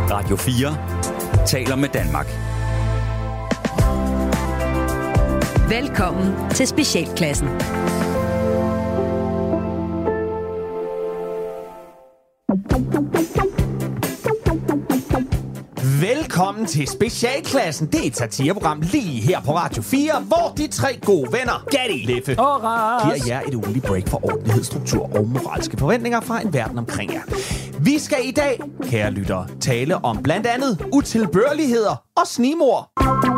Radio 4 taler med Danmark. Velkommen til Specialklassen. Velkommen til Specialklassen. Det er et satireprogram lige her på Radio 4, hvor de tre gode venner, Gatti, Leffe og Ras, giver jer et ugenligt break for ordentlighed, struktur og moralske forventninger fra en verden omkring jer. Vi skal i dag, kære lyttere, tale om blandt andet utilbørligheder og snigmord.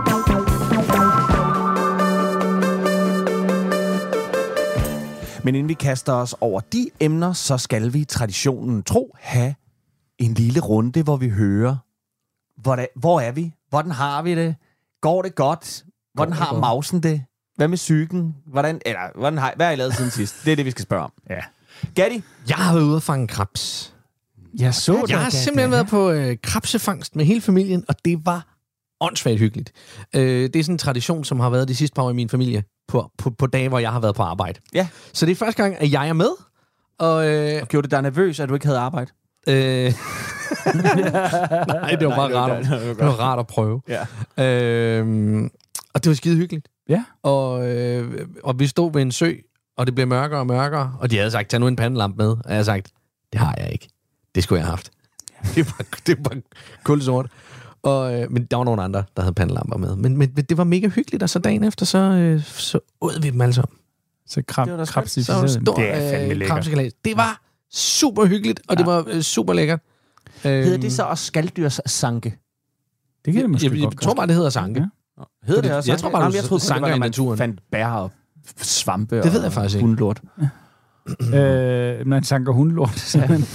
Men inden vi kaster os over de emner, så skal vi traditionen tro have en lille runde, hvor vi hører, hvor er vi? Hvordan har vi det? Går det godt? Hvordan har mausen det? Hvad med psyken? Hvad har I lavet siden sidst? Det er det, vi skal spørge om. Ja. Gatti? Jeg har været ude at fange krebs. Jeg har simpelthen været på krebsefangst med hele familien, og det var åndssvagt hyggeligt. Det er sådan en tradition, som har været de sidste par år i min familie, på dage, hvor jeg har været på arbejde. Ja. Så det er første gang, at jeg er med. Og gjorde det dig nervøs, at du ikke havde arbejde? Nej, det var bare rart. Det var rart at prøve. Ja. Og det var skide hyggeligt. Ja. Og vi stod ved en sø, og det blev mørkere og mørkere, og de havde sagt, tag nu en pandelampe med. Og jeg havde sagt, det har jeg ikke. Det skulle jeg have haft. Det var kulsort. Men der var nogle andre, der havde pandelamper med. Men det var mega hyggeligt, og så dagen efter, så åd vi dem alle sammen. Så krabsificeret. Så stor krabsekalas. Det var super hyggeligt, og det var super lækkert. Hedder det så også skaldyrsanke? Det kan det måske godt. Jeg tror bare, det hedder sanke. Ja. Hedder det også? Jeg tror bare, jeg troede, sanker i naturen. Fandt bær og svampe det ved jeg faktisk ikke. Hundelort. Man sanker hundelort.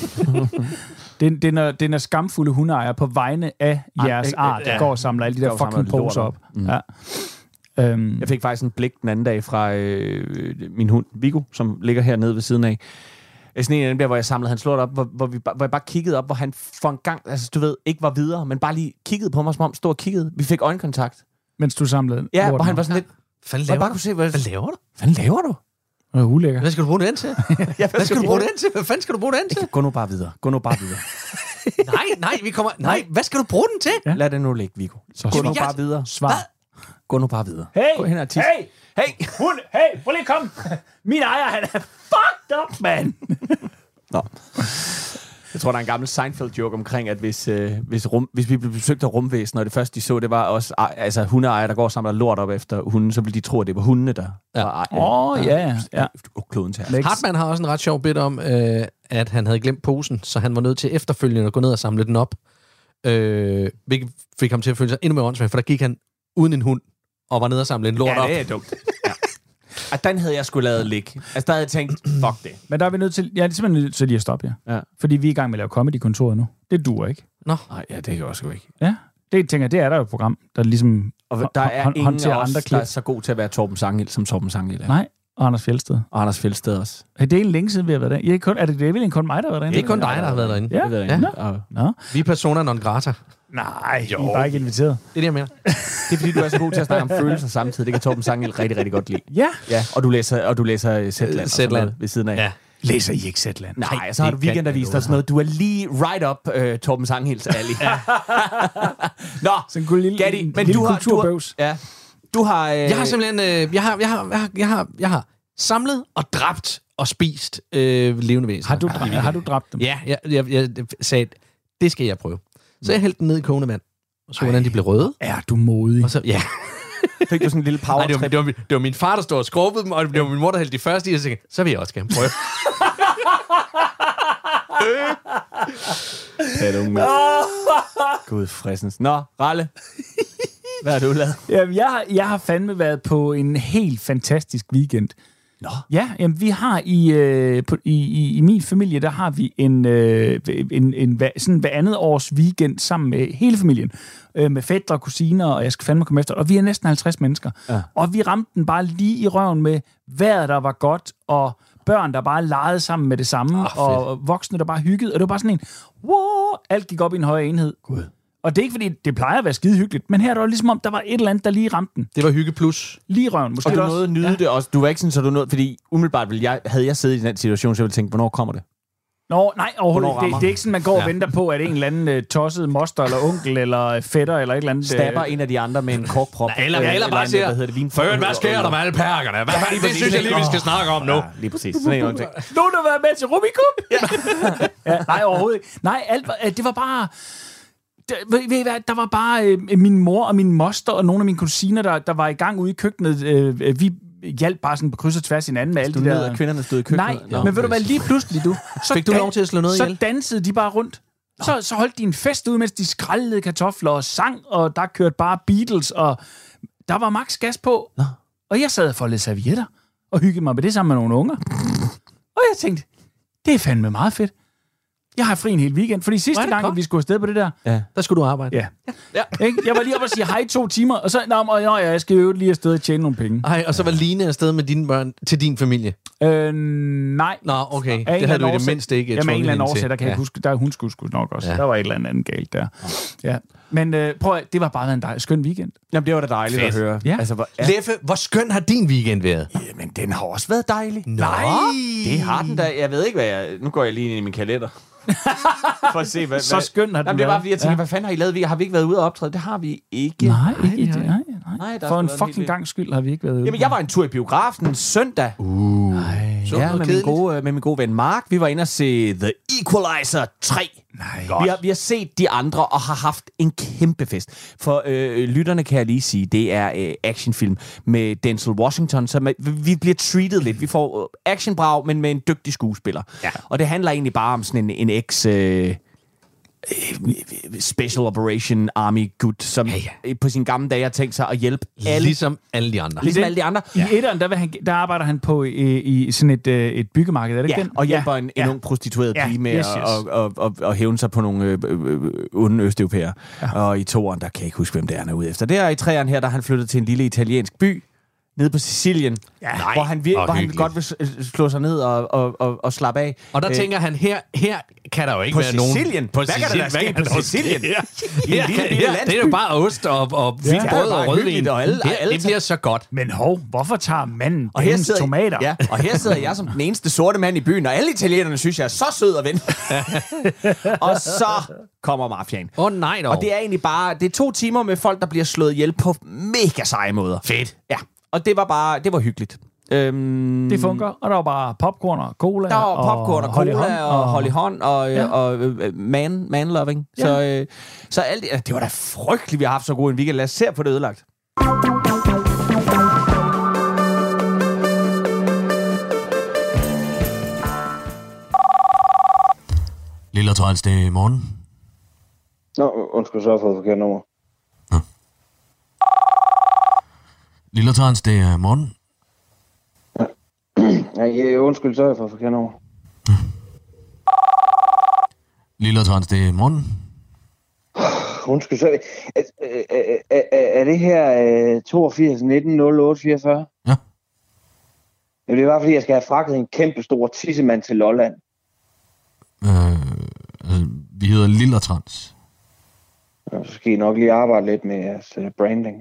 Det er når skamfulde hundeejere på vegne af jeres art, der går og samler alle de der fucking poser op. Mm. Ja. Jeg fik faktisk en blik den anden dag fra min hund, Viggo, som ligger hernede ved siden af. Sådan en af dem der, hvor jeg samlede hans lort op, hvor jeg bare kiggede op, hvor han for en gang, altså du ved, ikke var videre, men bare lige kiggede på mig, som om stod og kiggede. Vi fik øjenkontakt. Mens du samlede ja, hvor han var sådan lidt... Hvad laver du? Hvad laver du? Det er ulækkert. Hvad skal du bruge den til? Hvad skal du bruge den til? Hvad fanden skal du bruge den til? Gå nu bare videre. Nej, vi kommer... Nej, hvad skal du bruge den til? Ja. Lad det nu ligge, Viggo. Gå nu bare videre. Svar. Gå nu bare videre. Hey! Gå hen og tis. Hey! Hund! Hey! Prøv lige at komme! Min ejer, han er fucked up, man! Nå. Jeg tror, der er en gammel Seinfeld-joke omkring, at hvis vi blev besøgt af rumvæsener, og det første, de så, det var også hundeejere, der går og samler lort op efter hunden, så ville de tro, at det var hundene, der var kloden til. Hartmann har også en ret sjov bit om, at han havde glemt posen, så han var nødt til efterfølgende at gå ned og samle den op. Hvilket fik ham til at føle sig endnu mere åndssvagt, for der gik han uden en hund, og var nede og samle en lort op. Ja, det er dumt. At den havde jeg sgu lavet ligge. Altså, der havde jeg tænkt, fuck det. Men der er vi nødt til... Ja, det er simpelthen nødt til lige at stoppe, ja. Fordi vi er i gang med at lave comedy-kontoret nu. Det duer ikke. Nå. Nej, ja, det kan jeg også ikke. Ja, det tænker jeg, det er der jo et program, der ligesom og der er ingen af os, der er så god til at være Torben Sanghild, som Torben Sanghild er. Nej, og Anders Fjeldsted. Og Anders Fjeldsted også. Det er en længe siden, vi har været der. Er det vel kun mig, der har været derinde? Det er kun dig, der har været derinde. Ja. Det ved jeg ikke. Nå. Vi er persona non grata. Nej, jo. I er bare ikke inviteret. Det er det, jeg mener. Det er fordi, du er så god til at snakke om følelser samtidig. Det kan Torben Sanghild rigtig, rigtig godt lide. Ja. Ja, og du læser Zetland ved siden af. Ja. Læser I ikke Zetland? Nej, så har du Weekendavis og sådan noget. Du er lige right up Torben Sanghilds alley. Nå, Gatti, men du har... Jeg har simpelthen... Jeg har samlet og dræbt og spist levende væsener. Har du dræbt dem? Ja, jeg sagde, det skal jeg prøve. Så jeg hældte den ned i kogende vand, og så hvordan de blev røde. Er du modig? Og så, ja. Fik du sådan en lille powertrip? Nej, det var min far, der stod og skrubbede dem, og det var min mor, der hældte de første i, og så tænkte, så vil jeg også gerne prøve. Gud fristens. Nå, Ralle. Hvad har du lavet? Jamen, jeg har fandme været på en helt fantastisk weekend. Nå. Ja, jamen, vi har i min familie, der har vi sådan hver andet års weekend sammen med hele familien. Med fætre og kusiner, og jeg skal fandme komme efter. Og vi er næsten 50 mennesker. Ja. Og vi ramte den bare lige i røven med vejret, der var godt, og børn, der bare legede sammen med det samme, og voksne, der bare hyggede. Og det var bare sådan en, wow, alt gik op i en højere enhed. God. Og det er ikke, fordi det plejer at være skide hyggeligt, men her er det ligesom om, der var et eller andet, der lige ramte den. Det var hygge plus. Lige røven. Måske og du nåede at nyde det også. Du var ikke sådan, så du nåede, fordi umiddelbart havde jeg siddet i den situation, så jeg ville tænke, hvornår kommer det? Nå, nej, overhovedet Hvornår ikke. Det er ikke sådan, man går og venter på, at en eller anden tosset moster, eller onkel, eller fætter, eller et eller andet... Stabber en af de andre med en korkprop. Eller bare siger, hvad sker der med alle perkerne? Det synes jeg lige, vi skal snakke om nu. Ja, lige præcis. Sådan en ting. Nogen, der var med til Rubikon? Ja, nej, overhovedet ikke. Nej, det var bare... Ved I hvad, der var bare min mor og min moster og nogle af mine kusiner, der var i gang ude i køkkenet. Vi hjalp bare sådan på kryds og tværs hinanden med alle de der... Kvinderne stod i køkkenet. Nej, men ved du hvad, lige pludselig Fik du lov til at slå noget ihjel? Så dansede de bare rundt. Så holdt de en fest ude, mens de skrællede kartofler og sang, og der kørte bare Beatles, og der var max gas på. Nå. Og jeg sad og foldede servietter og hyggede mig med det sammen med nogle unger. Og jeg tænkte, det er fandme meget fedt. Jeg har fri en hel weekend, fordi sidste gang, vi skulle afsted på det der... Ja. Der skulle du arbejde. Ja. Ikke? Jeg var lige oppe og sige hej i 2 timer, og så... jeg skal jo lige afsted og tjene nogle penge. Ej, og så var Line afsted med dine børn til din familie? Nej. Nå, okay. Det havde du i det mindste ikke tvunget hende til. Jamen, en eller anden årsag, der kan jeg huske, der hun skulle nok også. Ja. Der var et eller andet galt der. Ja. Men prøv at, det var bare en skøn weekend. Jamen, det var da dejligt at høre. Ja. Altså, Leffe, hvor skøn har din weekend været? Jamen, den har også været dejlig. Nej! Det har den da. Jeg ved ikke, hvad jeg... Nu går jeg lige ind i min kalender. For at se, hvad... Så skøn har den været. Det er bare fordi, jeg tænker, hvad fanden har I lavet? Har vi ikke været ude og optræde? Det har vi ikke. Nej. For en fucking gang skyld har vi ikke været ude. Jamen, jeg var en tur i biografen søndag. Ja, med min gode ven Mark. Vi var inde og se The Equalizer 3. Vi har set de andre og har haft en kæmpe fest. For lytterne kan jeg lige sige, det er actionfilm med Denzel Washington, så vi bliver treated lidt. Vi får actionbrag, men med en dygtig skuespiller. Ja. Og det handler egentlig bare om sådan en Special Operation Army gut, som på sin gamle dage har tænkt sig at hjælpe alle. Ligesom alle de andre. Ligesom alle de andre. I etteren, der arbejder han på i sådan et byggemarked, er det ikke den? Og hjælper en ung prostitueret pige med at hævne sig på nogle onde østeuropæere. Ja. Og i toeren, der kan jeg ikke huske, hvem det er, han er ude efter. Det er i treeren her, der han flyttet til en lille italiensk by, nede på Sicilien, hvor han godt vil slå sig ned og slappe af. Og der tænker han, her kan der jo ikke være nogen... Hvad kan der ske på Sicilien? Det er jo bare ost og fint brød og rødvin. Og alle det bliver så godt. Men hvorfor tager manden dens tomater? Ja, og her sidder jeg som den eneste sorte mand i byen, og alle italienerne synes, jeg er så sød og ven. Og så kommer mafiaen. Nej dog. Og det er egentlig bare... Det er 2 timer med folk, der bliver slået ihjel på mega seje måder. Fedt. Ja. Og det var hyggeligt. Det funker, og der var bare popcorn og cola. Der var popcorn og cola og hold i hånd og man-loving. Ja. Så alt det var da frygteligt, vi har haft så god en weekend. Lad os se på det ødelagt. Lille Trans, det er morgen. Nå, undskyld, så har jeg fået forkert nummer. Lille Trans, det er morgen. Ja, undskyld, så har jeg fået forkert nummer. Lille Trans, det er morgen. Undskyld, så er det her 82 19 08 44? Ja. Det er bare fordi, jeg skal have fragtet en kæmpe stor tissemand til Lolland. Vi hedder Lille Trans. Så skal I nok lige arbejde lidt med jeres branding.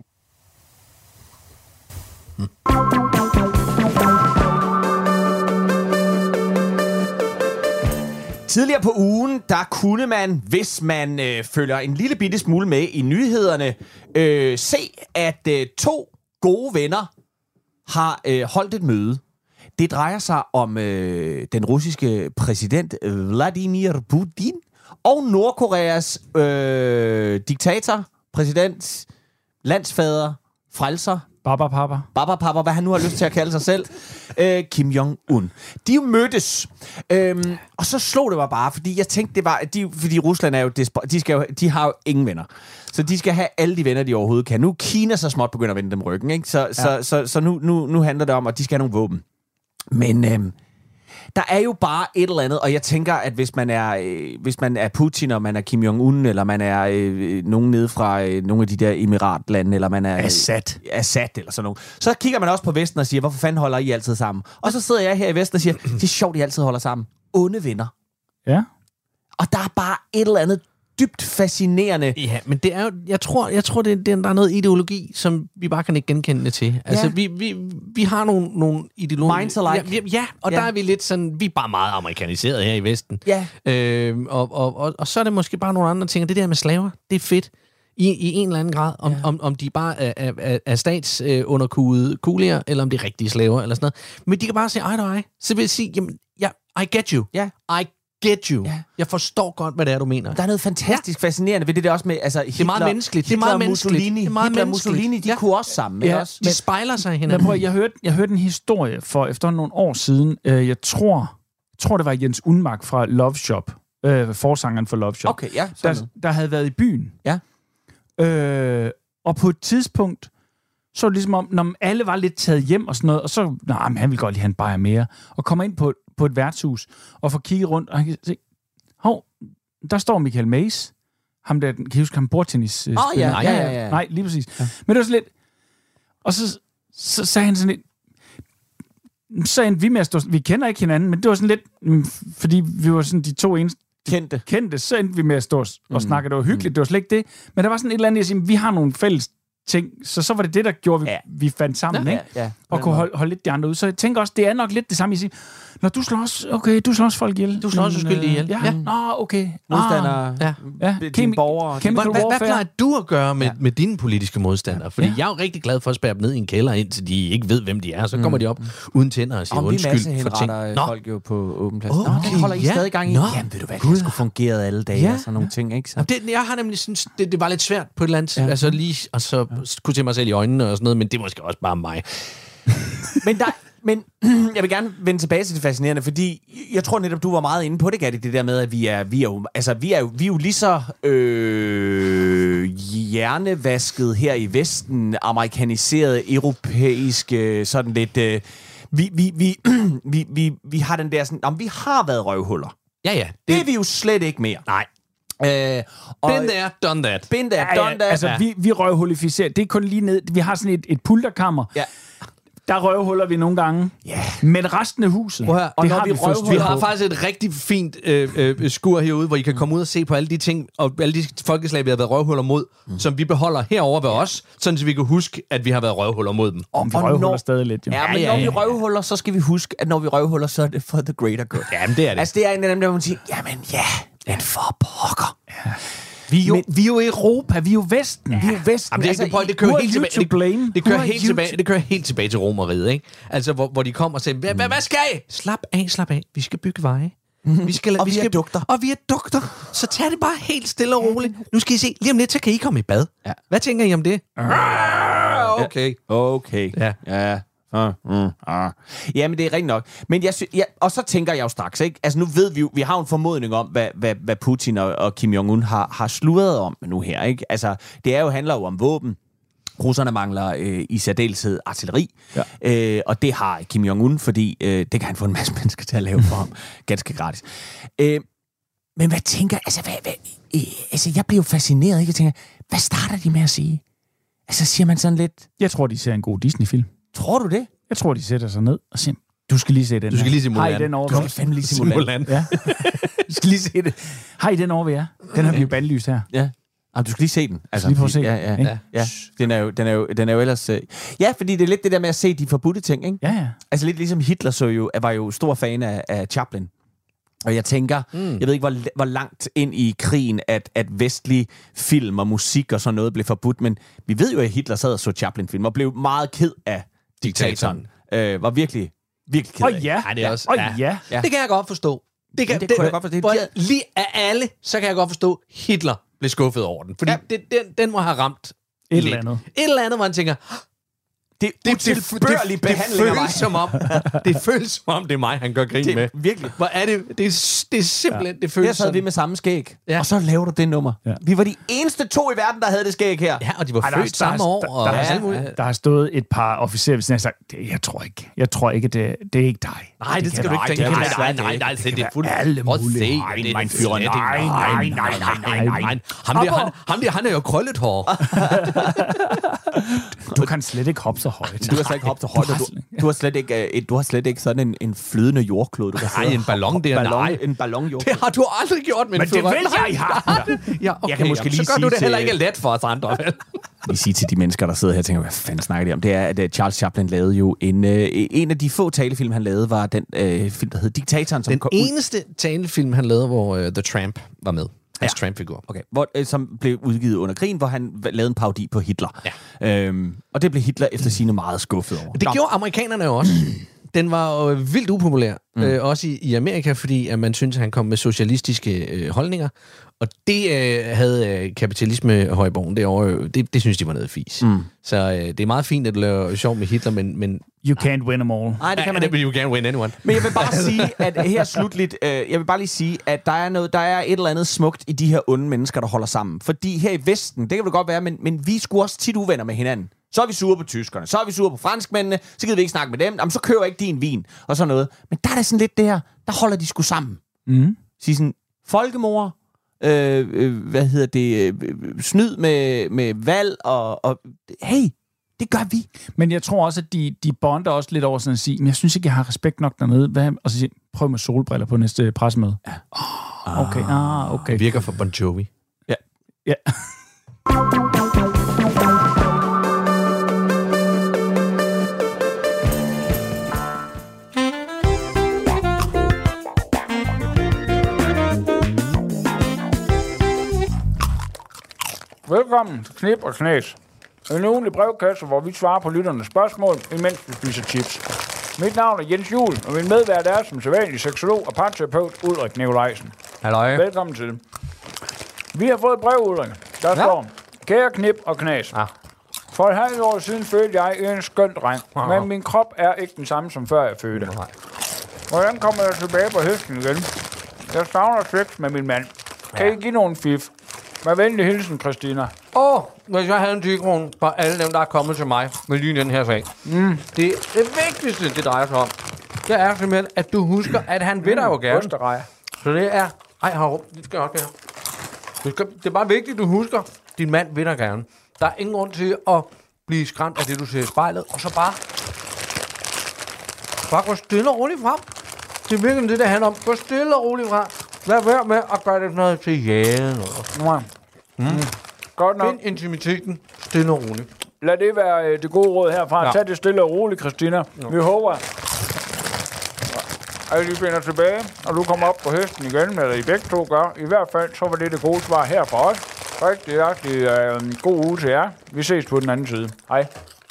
Tidligere på ugen, der kunne man, hvis man følger en lille bitte smule med i nyhederne, se, at 2 gode venner har holdt et møde. Det drejer sig om den russiske præsident Vladimir Putin og Nordkoreas diktator, præsident, landsfader, frelser, Baba, hvad han nu har lyst til at kalde sig selv, Kim Jong-un. De mødtes, og så slog det mig bare, fordi jeg tænkte, det var, fordi Rusland er jo de har jo ingen venner. Så de skal have alle de venner, de overhovedet kan. Nu er Kina så småt begyndt at vende dem ryggen, ikke? Så nu handler det om, at de skal have nogle våben. Men der er jo bare et eller andet, og jeg tænker, at hvis man er Putin, og man er Kim Jong-un, eller man er nogen nede fra nogle af de der emiratlande, eller man er Assad eller sådan noget, så kigger man også på Vesten og siger, hvorfor fanden holder I altid sammen? Og så sidder jeg her i Vesten og siger, det er sjovt, I altid holder sammen. Onde venner. Ja. Og der er bare et eller andet dybt fascinerende. Ja, men det er jo, jeg tror der er noget ideologi, som vi bare kan ikke genkende til. Altså, vi har nogle ideologier. Minds alike. Ja, og der er vi lidt sådan, vi er bare meget amerikaniseret her i Vesten. Ja. Og så er det måske bare nogle andre ting, og det der med slaver, det er fedt. I en eller anden grad, om de bare er statsunderkudede kulier, eller om de er rigtige slaver, eller sådan noget. Men de kan bare sige eye to eye. Så vil jeg sige, jamen, I get you. Ja. I get you. Ja. Jeg forstår godt, hvad det er, du mener. Der er noget fantastisk fascinerende ved det der også med, altså Hitler, det er meget menneskeligt. Det er meget menneskeligt. Hitler og Mussolini, de kunne også sammen. Ja. Også. De spejler sig i hinanden. Jeg hørte en historie for efter nogle år siden. Jeg tror, det var Jens Unmark fra Love Shop. Forsangeren for Love Shop. Okay, ja. Der havde været i byen. Ja. Og på et tidspunkt, så var det ligesom om, når alle var lidt taget hjem og sådan noget, og så, men han ville godt lige have en bajer mere, og kommer ind på et værtshus, og får kigget rundt, og han kan se, der står Michael Mays, ham der, kan I huske ham, bordtennis? Ja. Nej, lige præcis. Ja. Men det var sådan lidt, og så sagde han sådan lidt, så endte vi med at stå, vi kender ikke hinanden, men det var sådan lidt, fordi vi var sådan de to eneste, kendte, så endte vi med at stå og snakke. Det var hyggeligt, det var slet ikke det. Men der var sådan et eller andet, jeg siger, vi har nogle fælles ting, så var det det, der gjorde, vi fandt sammen, ikke? Ja, og kunne holde lidt de andre ud. Så jeg tænker også, det er nok lidt det samme, jeg siger, når du slår folk ihjel. Du slår også uskyldige ihjel. Ja. Nå, okay. Modstandere, dine borgere. Hvad plejer du at gøre med dine politiske modstandere? Fordi jeg er jo rigtig glad for at spærre dem ned i en kælder, indtil de ikke ved, hvem de er. Så kommer de op uden tænder og siger undskyld for ting. Folk jo på åben plads. Okay, holder I stadig gang i? Jamen, ved du hvad, det skulle fungere alle dage og sådan nogle ting, ikke? Jeg har nemlig synes, det var lidt svært på et eller andet, altså lige, og så kunne til mig selv i øjnene og sådan noget, men det er måske også bare mig. Men jeg vil gerne vende tilbage til det fascinerende, fordi jeg tror netop, du var meget inde på det, Gatti, det der med, at vi er jo lige så hjernevasket her i Vesten, amerikaniseret, europæisk, sådan lidt... Vi har den der sådan... vi har været røvhuller. Ja. Det er vi jo slet ikke mere. Nej. Been there, done that. Been there, done that. Altså, vi røvhulificerer. Det er kun lige ned. Vi har sådan et pulterkammer. Ja. Der røvhuller vi nogle gange. Ja. Men resten af huset, og det har vi har faktisk et rigtig fint skur herude, hvor I kan komme ud og se på alle de ting, og alle de folkeslag, vi har været røvhuller mod, som vi beholder herover ved os, sådan så vi kan huske, at vi har været røvhuller mod dem. Og vi røvhuller stadig lidt, jo. Ja, men når vi røvhuller, så skal vi huske, at når vi røvhuller, så er det for the greater good. Jamen, det er det. Altså, det er en af dem, der man siger, men for pokker. Ja. Vi er jo Europa, vi er jo Vesten. Vi er jo Vesten. Jamen, det kører helt tilbage. Det kører helt tilbage til Romeriet, ikke? Altså, hvor de kommer og siger, hvad skal I? Slap af. Vi skal bygge veje. Og vi er dugter. Så tag det bare helt stille og roligt. Nu skal I se, lige om lidt, så kan I komme i bad. Ja. Hvad tænker I om det? Okay. Ja. Jamen, det er rigtigt nok. Men og så tænker jeg jo straks, ikke? Altså, nu ved vi jo, vi har jo en formodning om, hvad Putin og Kim Jong-un har sludret om nu her, ikke? Altså, det handler jo om våben. Russerne mangler i særdeleshed artilleri, og det har Kim Jong-un, fordi det kan han få en masse mennesker til at lave for ham, ganske gratis. Men hvad tænker... Altså, jeg bliver jo fascineret, ikke? Jeg tænker, hvad starter de med at sige? Altså, siger man sådan lidt... Jeg tror, de ser en god Disney-film. Tror du det? Jeg tror, de sætter sig ned og siger, du skal lige se den. Du skal lige se Mulan. Har I den over? Du skal fandme lige se Mulan. Ja. Du skal lige se det. Har I den over, vi er? Den har vi jo bandlyst her. Ja. Du skal lige se den. Altså, lige prøve at se den. Ja. Den er jo ellers... Ja, fordi det er lidt det der med at se de forbudte ting, ikke? Ja. Altså lidt ligesom Hitler var jo stor fan af Chaplin. Og jeg tænker, jeg ved ikke, hvor langt ind i krigen, at vestlig film og musik og sådan noget blev forbudt, men vi ved jo, at Hitler sad og så Chaplin-film og blev meget ked af diktatoren. Var virkelig ked af. Ja, det er også. Ja. Det kan jeg godt forstå. Det kunne jeg godt forstå. Lige af alle, så kan jeg godt forstå, Hitler blev skuffet over den. Fordi den må have ramt et eller andet. Et eller andet, hvor han tænker... Det føles som om, det er mig, han gør grin med. Virkelig. Hvor er det? Det er simpelthen, det føles her sad vi med samme skæg, og så laver du det nummer. Ja. Vi var de eneste 2 i verden, der havde det skæg her. Ja, og de var født samme år. Der har stået et par officerer, hvis jeg har sagt, jeg tror ikke, det er ikke dig. Nej, det skal du ikke tænke. Nej, det er fuldt. Alle mulige. Nej, fyre, nej. Ham der, han er jo krøllet hår. Du kan slet ikke hoppe så højt. Du har slet ikke hoppet så højt. Du har slet ikke sådan en flydende jordklode. Du kan Nej, en ballon der. Nej, en ballon jordklode. det har du aldrig gjort, men det vil jeg have. Ja, okay, Jeg kan måske lige så gør sige du det heller til- ikke let for os andre. Lige sige til de mennesker, der sidder her og tænker, hvad fanden snakker de om? Det er, at Charles Chaplin lavede jo en af de få talefilm, han lavede, var den film, der hed Diktatoren. Som Den kom ud. eneste talefilm, han lavede, hvor The Tramp var med. Hans Tramp-figur. Okay, som blev udgivet under krigen, hvor han lavede en parodi på Hitler. Ja. Og det blev Hitler efter sine meget skuffet over. Det gjorde amerikanerne jo også. Den var jo vildt upopulær, også i Amerika, fordi at man synes, at han kom med socialistiske holdninger. Og det havde kapitalisme-højborgen derovre, det synes de var noget fis. Så det er meget fint, at du laver sjov med Hitler, men You can't win them all. Nej, det kan man ikke. You can't win anyone. Men jeg vil bare sige, at her slutligt, jeg vil bare lige sige, at der er et eller andet smukt i de her onde mennesker, der holder sammen. Fordi her i Vesten, det kan det godt være, men vi er sgu også tit uvenner med hinanden. Så er vi sure på tyskerne, så er vi sure på franskmændene, så gider vi ikke snakke med dem, jamen, så køber jeg ikke din vin, og sådan noget. Men der er sådan lidt det her, der holder de sgu sammen. Sige sådan, folkemord, snyd med valg, og hey, det gør vi. Men jeg tror også, at de bonder også lidt over sådan at sige, men jeg synes ikke, jeg har respekt nok dernede. Og så sige, prøv med solbriller på næste pressemøde. Ja. Okay. Virker for Bon Jovi. Ja. Velkommen til Knip og Knas. En ugenlig brevkasse, hvor vi svarer på lytternes spørgsmål, imens vi spiser chips. Mit navn er Jens Juhl, og min medvært er som sædvanlig seksolog og parterapeut Ulrik Nikolajsen. Halløj. Velkommen til. Vi har fået et brev, Ulrik. Der står, kære Knip og Knas. Ja. For et halvt år siden fødte jeg en skøn dreng, men min krop er ikke den samme som før jeg fødte. Hvordan kommer jeg tilbage på hesten igen? Jeg savner sex med min mand. Kan I give nogen fif? Med venlig hilsen, Christina. Hvis jeg havde en 10-krone for alle dem, der er kommet til mig med lige den her sag. Det vigtigste, det drejer sig om, det er simpelthen, at du husker, at han vil dig jo gerne. Osterejer. Så det er... Ej, Harup, det skal jeg også gøre. Det er bare vigtigt, at du husker, din mand vil dig gerne. Der er ingen grund til at blive skræmt af det, du ser i spejlet, og så bare gå stille og roligt frem. Det er virkelig det, det handler om. Gå stille og roligt frem. Lad være med at gøre det noget til jægen. Godt nok. Find intimiteten stille og roligt. Lad det være det gode råd herfra. Ja. Tag det stille og roligt, Christina. Vi håber, at I finder tilbage, og du kommer op på hesten igen, eller I begge to gør. I hvert fald, så var det gode svar her fra os. Rigtig god uge til jer. Vi ses på den anden side. Hej.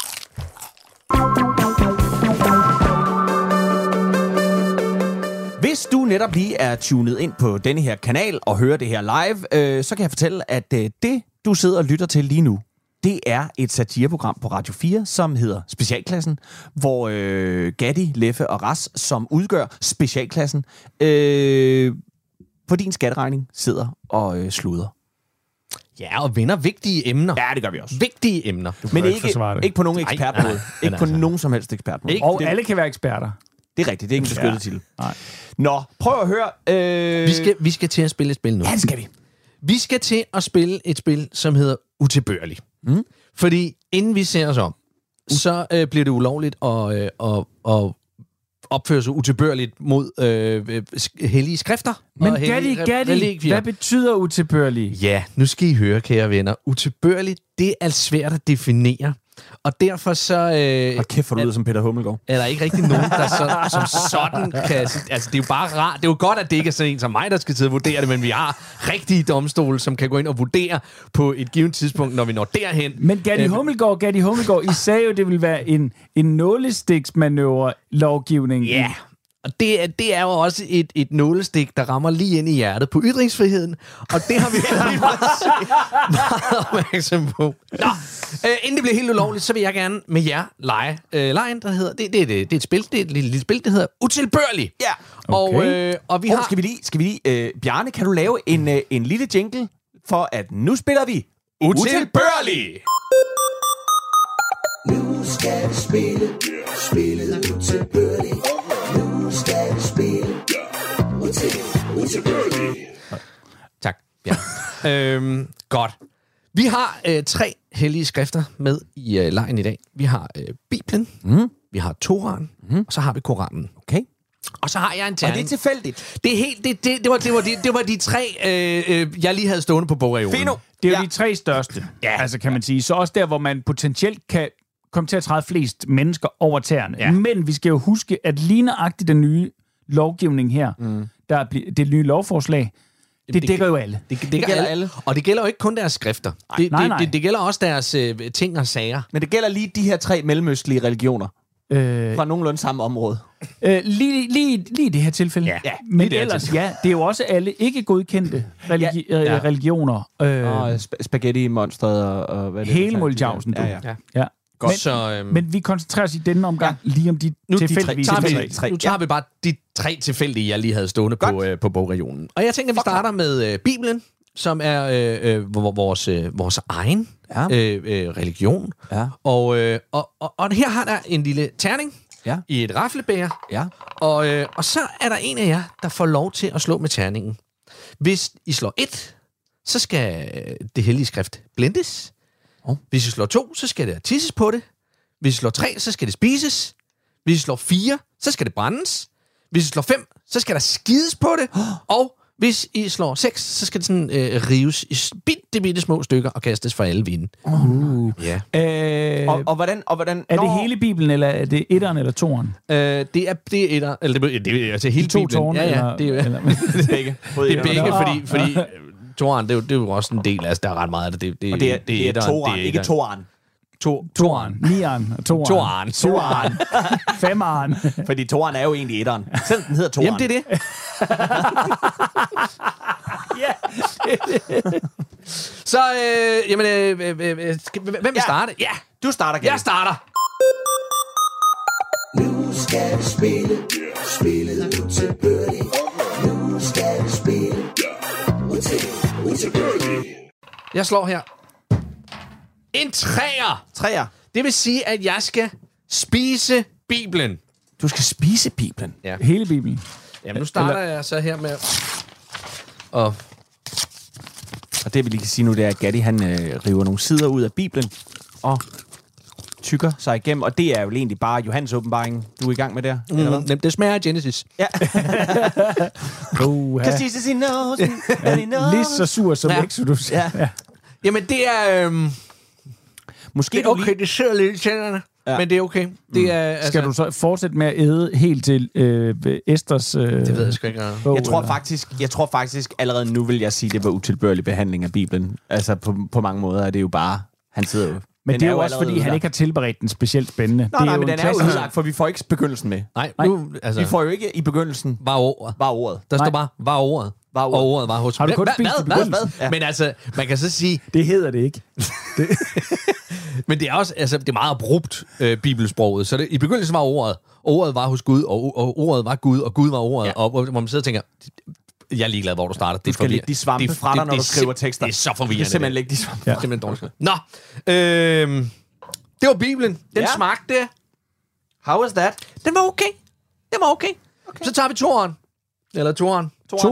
Hvis du netop lige er tunet ind på denne her kanal og hører det her live, så kan jeg fortælle, at det, du sidder og lytter til lige nu, det er et satireprogram på Radio 4, som hedder Specialklassen, hvor Gatti, Leffe og Ras, som udgør Specialklassen, på din skatteregning sidder og sluder. Ja, og vinder vigtige emner. Ja, det gør vi også. Vigtige emner. Men forsvare det. ikke på nogen ekspertmåde. Ikke på nogen som helst ekspertmåde. Ikke Og det, alle kan være eksperter. det er rigtigt, det er ikke en beskyttet titel. Nej. Nå, prøv at høre. Vi skal til at spille et spil nu. Ja, det skal vi. Vi skal til at spille et spil, som hedder Utilbørlig. Fordi inden vi ser os om, så bliver det ulovligt at opføre sig utilbørligt mod hellige skrifter. Men og hellige Gatti, relikvier. hvad betyder utilbørlig? Ja, nu skal I høre, kære venner. Utilbørligt, det er alt svært at definere. Og derfor så... Og kæft, for du lyder som Peter Hummelgaard. er der ikke rigtig nogen, der som sådan kan... Altså, det er jo bare rart. Det er jo godt, at det ikke er sådan en som mig, der skal sidde og vurdere det, men vi har rigtige domstole, som kan gå ind og vurdere på et givet tidspunkt, når vi når derhen. Men Gatti Hummelgaard, I sagde jo, det ville være en nålestiksmanøvre-lovgivning. Ja, og det er jo også et nålestik, der rammer lige ind i hjertet på ytringsfriheden, og det har vi lige meget opmærksom på. Nå, inden det bliver helt ulovligt, så vil jeg gerne med jer lege lejen, der hedder... Det er et spil, det er et lille spil, der hedder Utilbørlig. Ja. Okay. Og vi har... Skal vi lige Bjarne, kan du lave en lille jingle for, at nu spiller vi Utilbørlig! Nu skal vi spille utilbørligt. Nu Tak. Ja. Godt. Vi har 3 hellige skrifter med i lejen i dag. Vi har Bibelen, vi har Toraen, og så har vi Koranen. Okay. Og så har jeg en Og terning. det er tilfældigt. Det er helt, det var de 3, jeg lige havde stående på bogreolen. Fino. Det er jo de 3 største, altså kan man sige. Så også der, hvor man potentielt kan komme til at træde flest mennesker over tæerne. Ja. Men vi skal jo huske, at lige nøjagtigt den nye lovgivning her, der er det nye lovforslag, det dækker jo alle. Det gælder alle. Og det gælder jo ikke kun deres skrifter. Nej. Det gælder også deres ting og sager. Men det gælder lige de her 3 mellemøstlige religioner. Fra nogenlunde samme område. Lige i det her tilfælde. Ja, men ellers, det er jo også alle ikke godkendte religioner. Og spaghetti-monstret og hvad det er. Hele Moltjavsen. Ja. Godt. Men vi koncentrerer os i denne omgang lige om de tilfældige. Nu tager vi bare de 3 tilfældige, jeg lige havde stående på bogregionen. Og jeg tænker, vi starter med Bibelen, som er vores egen religion. Ja. Og her har der en lille terning i et raflebæger. Ja. Og så er der en af jer, der får lov til at slå med terningen. Hvis I slår 1, så skal det hellige skrift blindes. Hvis I slår 2, så skal der tisses på det. Hvis I slår 3, så skal det spises. Hvis I slår 4, så skal det brændes. Hvis I slår 5, så skal der skides på det. Og hvis I slår 6, så skal det sådan rives i bitte små stykker og kastes for alle vinde. Ja. Og hvordan... Er det hele Bibelen, eller er det 1'eren eller 2'eren? Det er 1'eren, eller det er altså hele to Bibelen. tårne, Ja, det er det er begge. Det er begge, fordi Toraen, det er jo også en del af, der er ret meget af det. Det er Toraen, ikke Toraen. Toraen, 9'eren og 2'eren. Toraen. 5'eren. Fordi Toraen er jo egentlig 1'eren. Selv den hedder Toraen. Jamen, det er det. Så, hvem vil starte? Ja, du starter, Gary. Jeg starter. Nu skal vi spille utilbørligt. Nu skal vi spille utilbørligt. Jeg slår her. En 3'er. Det vil sige, at jeg skal spise Bibelen. Du skal spise Bibelen? Ja. Hele Bibelen? Jamen, nu starter jeg så her med... Og det, vi lige kan sige nu, det er, at Gatti, han river nogle sider ud af Bibelen og tykker sig igennem. Og det er jo egentlig bare Johannes åbenbaring, du er i gang med der. Det smager af Genesis. Ja. Kan Jesus in knows. Lige så sur som Exodus. Ja. Jamen, det er... Måske det er okay, det sidder lidt i tænderne, men det er okay. Det er, altså... Skal du så fortsætte med at æde helt til Esters... det ved jeg sgu ikke. Jeg tror faktisk, allerede nu vil jeg sige, det var utilbørlig behandling af Bibelen. Altså, på mange måder er det jo bare... Han sidder jo... Men det er jo også, fordi han ikke har tilberedt den specielt spændende. Nej, men den er jo udlagt, for vi får ikke begyndelsen med. Nej. Nu, altså, vi får jo ikke i begyndelsen... Var ordet. Der står bare, var ordet. Og ordet var hos... Har du kun spist i begyndelsen? Ja. Men altså, man kan så sige... Det hedder det ikke. Men det er også, altså, det er meget abrupt, bibelsproget. Så i begyndelsen var ordet var hos Gud, og ordet var Gud, og Gud var ordet. Ja. Og hvor man sidder og tænker, jeg er ligeglad, hvor du starter. Du skal lægge de svampe fra dig, når du skriver tekster. Det er så forvirrende. Det er simpelthen lægge de svampe. Ja. Simpelthen dårligt. Nå, det var Bibelen. Den smagte... How was that? Den var okay. Så tager vi Toraen. Eller Toraen.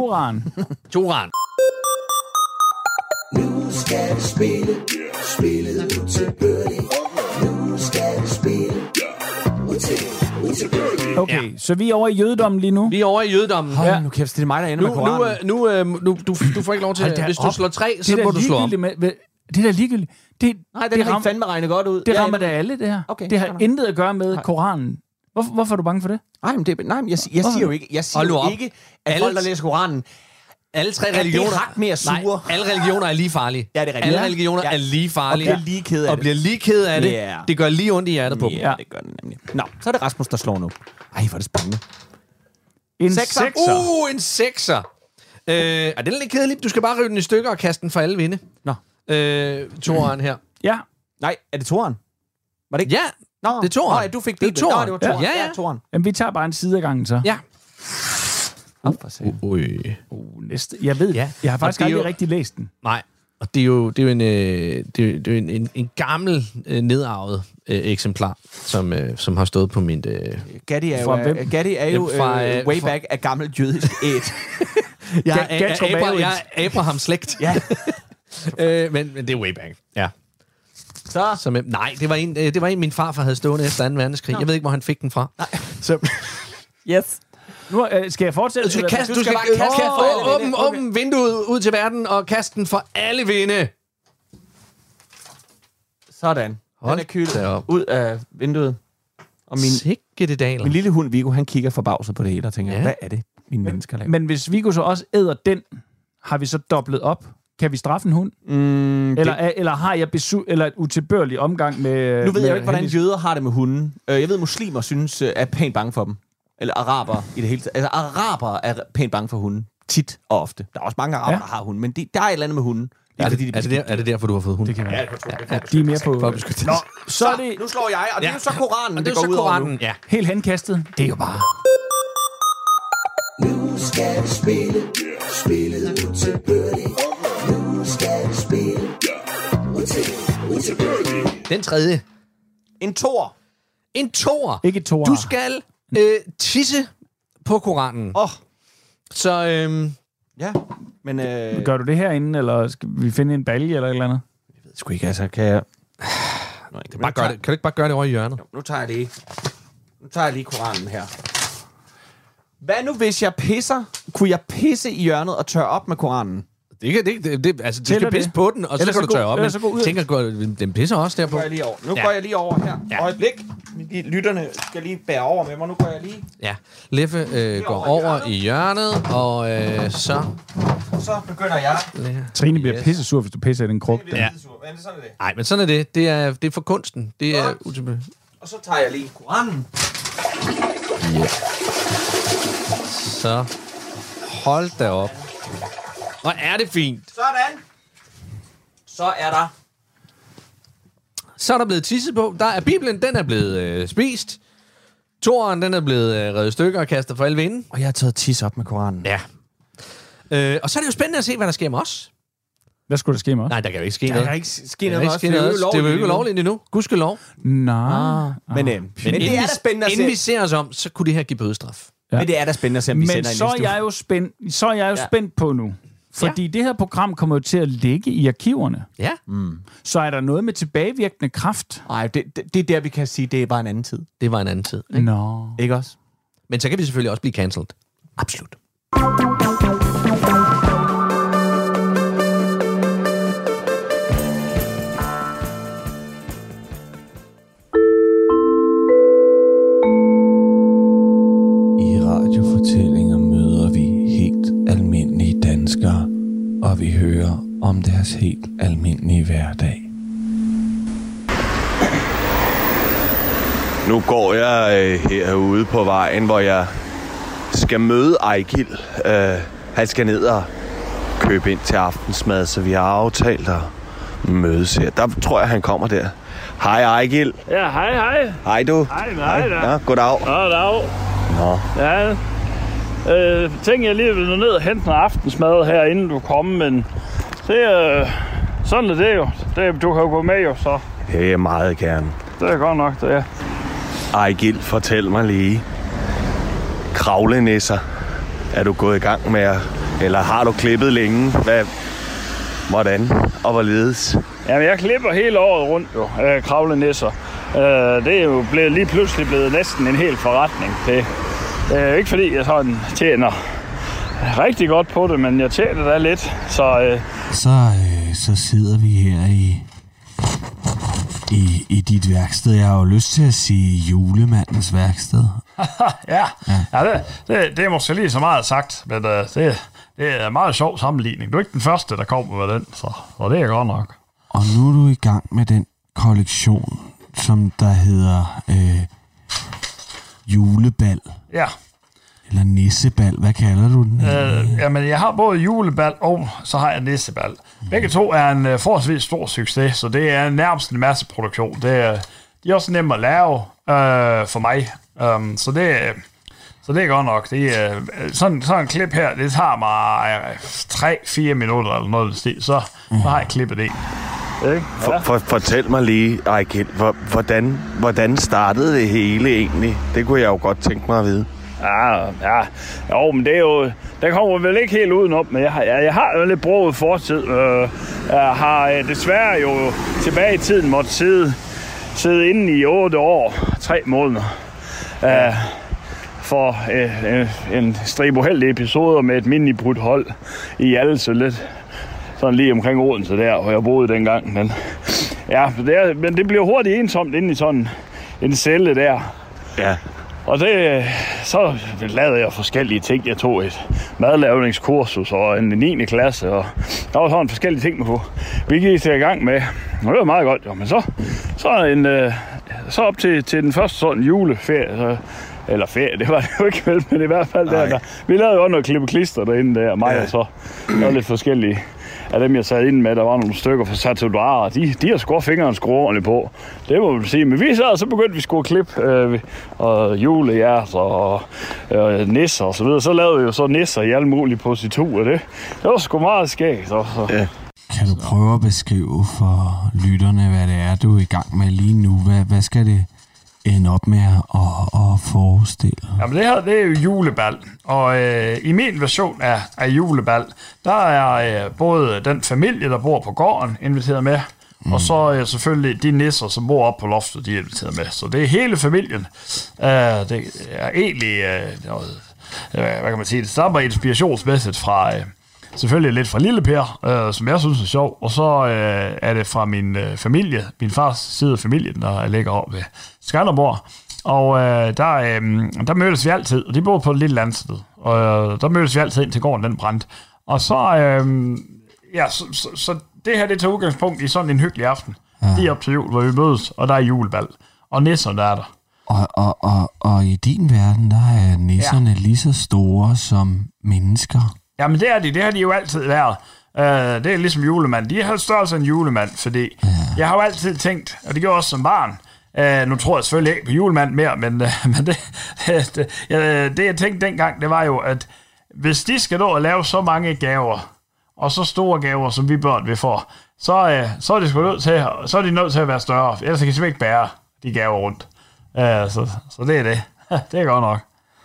Nu skal vi spille utilbørligt. Nu skal vi spille utilbørligt. Okay, så vi er over i jødedommen lige nu? Vi er over i jødedommen. Ja. Nu kæft, det er mig, der ender med Koranen. Nu, du får ikke lov til... Hvis du slår 3, så må du slå om. Det er da ligegyldigt. Nej, det har ikke fandme regnet godt ud. Det rammer da alle, det her. Okay, det har intet at gøre med Koranen. Hvorfor er du bange for det? Jeg siger jo ikke, at folk, der læser Koranen, alle 3 religioner... Det er ret mere sure. Nej, alle religioner er lige farlige. Ja, det er rigtigt. Alle religioner er lige farlige. Og bliver lige ked af det. Yeah. Det gør lige ondt i hjertet på dem. Ja, det gør det nemlig. Nå, så er det Rasmus, der slår nu. Ej, hvor er det spændende. En 6'er. En 6'er. Er den lidt kedelig? Du skal bare rive den i stykker og kaste den for alle vinde. Nå. Toraen her. Ja. Nej, er det Toraen? Var det ikke? Ja, det er Toraen. Nej, du fik Bibelen. Det var Toraen. Ja, Toraen. Jamen, vi tager bare en side af gangen, så. Ja. Næste. Jeg ved, jeg har faktisk aldrig rigtig læst den. Nej. Og det er jo en gammel nedarvet eksemplar, som har stået på min... Gatti er jo way back af gammelt jødisk æt. Jeg er Abrahams slægt. Ja. Men det er way back. Ja. Så. Nej, det var en, min farfar havde stående efter 2. verdenskrig. Jeg ved ikke, hvor han fik den fra. Nej. Så. Yes. Nu skal jeg fortsætte? Du skal bare kaste åbne vinduet ud til verden og kaste den for alle vinde. Sådan. Den er kylet ud af vinduet. Og min lille hund Viggo, han kigger forbavset på det hele og tænker, hvad er det, mine mennesker laver? Men hvis Viggo så også æder den, har vi så dobblet op? Kan vi straffe en hund? Eller har jeg eller et utilbørlig omgang med... Nu ved jeg jo ikke, hvordan jøder har det med hunden. Jeg ved, muslimer synes, er pænt bange for dem. Eller araber i det hele taget. Altså, araber er pænt bange for hunden. Tit og ofte. Der er også mange araber, der har hunden, men der er et eller andet med hunden. Er det derfor, du har fået hund? Det kan være. Ja, de er mere på... Nå, så er det... Nu slår jeg, og det er jo så Koranen, og det går ud over nu. Ja. Helt henkastet. Det er jo bare... Nu skal vi spille utilbørligt. Nu skal vi spille utilbørligt. Den tredje. En toer. En toer. Ikke et toer. Du skal tisse på Koranen. Så ja, men... Gør du det herinde, eller skal vi finde en balje eller et eller andet? Jeg ved sgu ikke, altså, kan jeg... Kan du ikke bare gøre det over i hjørnet? Jo, nu tager jeg lige Koranen her. Hvad nu, hvis jeg pisser? Kunne jeg pisse i hjørnet og tørre op med Koranen? Altså, du skal pisse på den, og så kan du tørre op. Men tænker, den pisser også derpå. Nu går jeg lige over her. Ja. Øjeblik. Lytterne skal lige bære over med mig. Nu går jeg lige... Ja. Leffe går over i hjørnet, og så... Så begynder jeg... Trine bliver pissesur, hvis du pisser i den kruk. Ja. Nej, men sådan er det. Det er for kunsten. Det er utilbørligt. Og så tager jeg lige Koranen. Ja. Så hold da op. Og er det fint. Sådan. Så er der blevet tisset på. Der er Bibelen, den er blevet spist. Toren, den er blevet revet stykker og kastet for alle vinde. Og jeg har taget tis op med Koranen. Ja. Og så er det jo spændende at se, hvad der sker med os. Hvad skulle der ske med os? Nej, der kan jo ikke ske noget. Der kan ikke ske noget med os. Det er jo ikke ulovligt endnu. Gudskelov. Nej. Men det er da spændende at se. Inden vi ser os om, så kunne det her give bødestraf. Ja. Men det er da spændende at se, om vi sender en næste uge. Så er jeg jo spændt på nu. Fordi det her program kommer jo til at ligge i arkiverne. Ja. Så er der noget med tilbagevirkende kraft? Nej, det er der, vi kan sige, det er bare en anden tid. Det var en anden tid. Ikke? Nå. Ikke også? Men så kan vi selvfølgelig også blive cancelled. Absolut. Radiofortællinger møder vi helt almindelige danskere, og vi hører om deres helt almindelige hverdag. Nu går jeg herude på vejen, hvor jeg skal møde Ejgil. Han skal ned og købe ind til aftensmad, så vi har aftalt at mødes her. Der tror jeg, han kommer der. Hej Ejgil. Ja, hej. Hej du. Hej da. Ja, goddag. Goddag. Nå. Ja, tænker jeg lige vil ned og hente noget aftensmad her, inden du kommer, men det sådan er det jo. Du kan jo gå med jo, så. Det er jeg meget gerne. Det er godt nok, det er. Ejgil, fortæl mig lige. Kravlenisser. Er du gået i gang med eller har du klippet længe? Hvordan og hvorledes? Jamen, jeg klipper hele året rundt jo, kravlenisser. Det er jo lige pludselig blevet næsten en hel forretning. Det er ikke fordi, jeg sådan tjener rigtig godt på det, men jeg tjener da lidt. Så sidder vi her i dit værksted. Jeg har jo lyst til at sige julemandens værksted. Ja, det er måske lige så meget sagt, men det er en meget sjov sammenligning. Du er ikke den første, der kommer med den, så det er godt nok. Og nu er du i gang med den kollektion, som der hedder julebal. Ja. Eller nissebal. Hvad kalder du den? Jamen, jeg har både julebal og så har jeg nissebal. Begge to er en forholdsvis stor succes, så det er nærmest en masseproduktion. De er også nemme at lave for mig. Så Så det er godt nok. Det er, sådan en klip her, det tager mig 3-4 minutter eller noget stil, så har jeg klippet det. Fortæl mig lige, Ejkild, hvordan startede det hele egentlig? Det kunne jeg jo godt tænke mig at vide. Jo, men det er jo... Der kommer vel ikke helt udenom, men jeg har jo lidt broget fortid. Jeg har desværre jo tilbage i tiden måtte sidde inde i 8 år, 3 måneder. For en stribe uheldige episoder med et minibrudt hold i Allesø lidt. Sådan lige omkring Odense der, hvor jeg boede dengang. Men det blev hurtigt ensomt inde i sådan en celle der. Ja. Og så lavede jeg forskellige ting. Jeg tog et madlavningskursus og en 9. klasse, og der var sådan forskellige ting, man kunne. Vi gik til i gang med. Og det var meget godt, jo. Men så op til den første sådan juleferie, eller ferie, det var det jo ikke vel, men i hvert fald der. Vi lavede jo noget klippe klister derinde der, mig og så. Der var lidt forskellige af dem, jeg sad inde med. Der var nogle stykker fra Satuara. De har skåret fingeren skruerne på. Det må man sige. Men vi sad, så begyndte vi sgu at klippe og julehjerter og nisser og så videre. Så lavede vi jo så nisser i alle mulige positurer. Det var sgu meget skægt. Ja. Kan du prøve at beskrive for lytterne, hvad det er, du er i gang med lige nu? Hvad skal det ende op med at forestille? Jamen det her, det er jo julebal. Og i min version af julebal, der er både den familie, der bor på gården, inviteret med, og så selvfølgelig de nisser, som bor oppe på loftet, de er inviteret med. Så det er hele familien. Det er egentlig noget, hvad kan man sige, det stammer inspirationsmæssigt fra... Selvfølgelig lidt fra Lille Per, som jeg synes er sjov, og så er det fra min familie, min fars side af familien, der ligger oppe ved Skanderborg. Og der mødtes vi altid, og de boede på et lille landsted, og der mødtes vi altid ind til gården, den brændte. Og så, så det her, det tager udgangspunkt i sådan en hyggelig aften. Ja. Lige op til jul, hvor vi mødes, og der er julebal. Og nisserne, der er der. Og i din verden, der er nisserne lige så store som mennesker. Jamen det er de. Det har de jo altid været. Det er ligesom julemand. De har størrelse en julemand, fordi jeg har jo altid tænkt, og det gjorde også som barn, nu tror jeg selvfølgelig ikke på julemand mere, men det jeg tænkte dengang, det var jo, at hvis de skal nå at lave så mange gaver, og så store gaver, som vi børn vil få, så er de sgu nødt til, så er de nødt til at være større. Ellers kan de ikke bære de gaver rundt. Så det er det. Det er godt nok.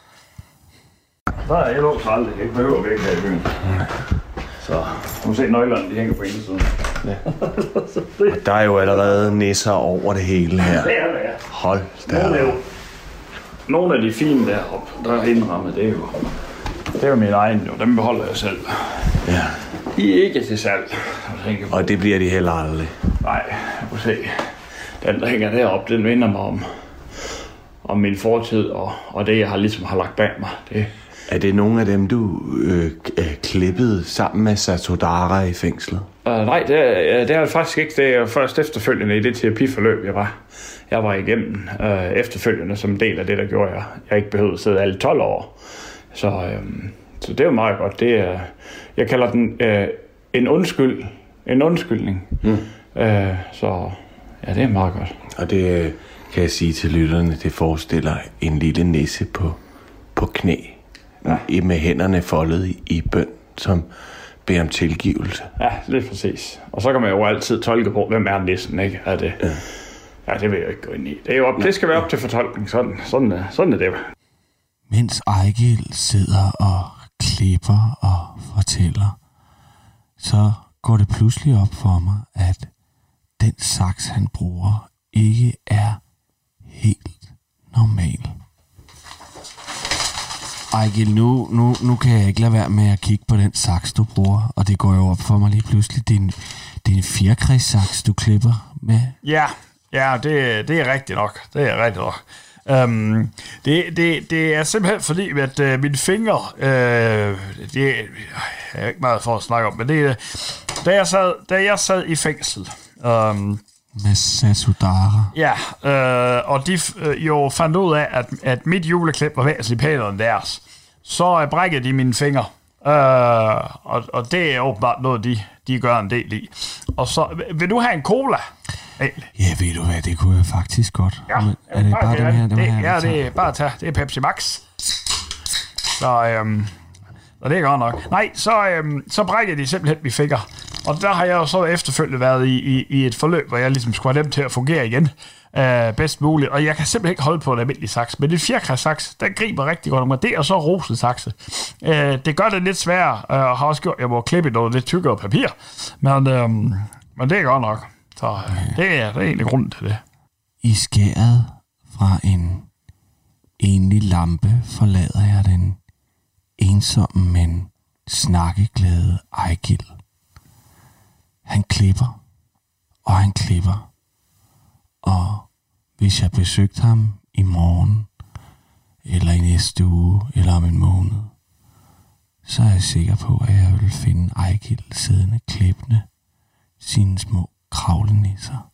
Så er jeg låst aldrig. Jeg behøver væk her i byen. Så du kan se nøglerne, de hænger på indersiden. Ja. Der er jo allerede nisser over det hele her. Det er det, ja. Hold da. Nogle af de fine deroppe, der er indrammet, det er jo min egen, jo. Dem beholder jeg selv. Ja. De er ikke til salg. Og det bliver de heller aldrig. Nej, jeg kan se. Den, der hænger deroppe, den minder mig om min fortid, og det, jeg ligesom har lagt bag mig. Er det nogle af dem, du klippede sammen med Satodara i fængslet? Nej, det er det faktisk ikke. Det er først efterfølgende i det terapiforløb, jeg var igennem efterfølgende som del af det, der gjorde jeg ikke behøvede at sidde alle 12 år. Så det er jo meget godt. Det er, jeg kalder den en undskyldning. Så ja, det er meget godt. Og det kan jeg sige til lytterne, det forestiller en lille nisse på knæ. Ja. Med hænderne foldet i bøn, som beder om tilgivelse. Ja, lidt præcis. Og så kan man jo altid tolke på, hvem er nissen, ikke? Ja, det vil jeg ikke gå ind i. Det skal være op til fortolkning. Sådan er det. Mens Ejkild sidder og klipper og fortæller, så går det pludselig op for mig, at den saks, han bruger, ikke er helt normal. Ejkild, nu kan jeg ikke lade være med at kigge på den saks, du bruger, og det går jo op for mig lige pludselig. Det er en fjerkræssaks, du klipper med. Ja, det er rigtigt nok. Det er rigtigt nok. Det er simpelthen fordi, at mine fingre, det er ikke meget for at snakke om, men det er, da jeg sad i fængsel, med Satodara. Ja, og de jo fandt ud af, at mit juleklip var væsentligt pænere end deres. Så brækkede de mine fingre. Og det er åbenbart noget, de gør en del i. Og så, vil du have en cola? Ja, ved du hvad, det kunne jeg faktisk godt. Ja, er det bare den her? Det er bare at tage. Det er Pepsi Max. Og det er godt nok. Nej, så brækkede de simpelthen mine fingre. Og der har jeg jo så efterfølgende været i et forløb, hvor jeg ligesom skulle have dem til at fungere igen bedst muligt. Og jeg kan simpelthen ikke holde på en almindelig saks. Men det fjerkræs-saks, den griber rigtig godt om. Det er så rosesakse. Det gør det lidt sværere, og har også gjort, at jeg må klippe noget lidt tykkere papir. Men det er godt nok. Så det er egentlig grunden til det. I skæret fra en enlig lampe forlader jeg den ensomme, men snakkeglade Ejgil. Han klipper, og han klipper. Og hvis jeg besøgte ham i morgen, eller i næste uge, eller om en måned, så er jeg sikker på, at jeg vil finde Ejgil siddende klippende sine små kravlenisser.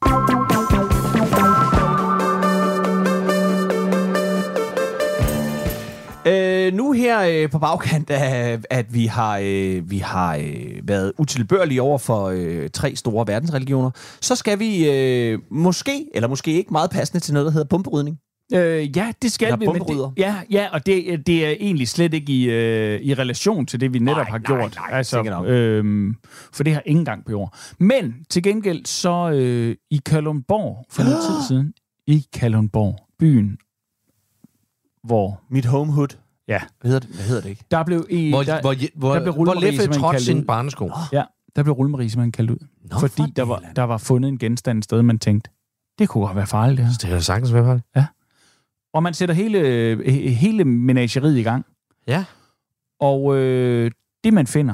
Nu her på bagkant af, at vi har været utilbørlige over for 3 store verdensreligioner, så skal vi måske, eller måske ikke, meget passende til noget, der hedder bomberydning. Ja, det skal vi. Men det, og det er egentlig slet ikke i relation til det, vi netop har gjort. For det har ingen gang på jord. Men til gengæld så i Kalundborg for noget tid siden, i Kalundborg, byen, hvor... Mit homehood. Ja. Hvad hedder det ikke? Der blev hvor Leffe trådte sin barnesko. Ja, der blev Rullemarie simpelthen kaldt ud. Fordi der var fundet en genstand et sted, man tænkte, det kunne godt være farligt, det her. Det kan sagtens være farligt. Ja. Og man sætter hele menageriet i gang. Ja. Og det, man finder,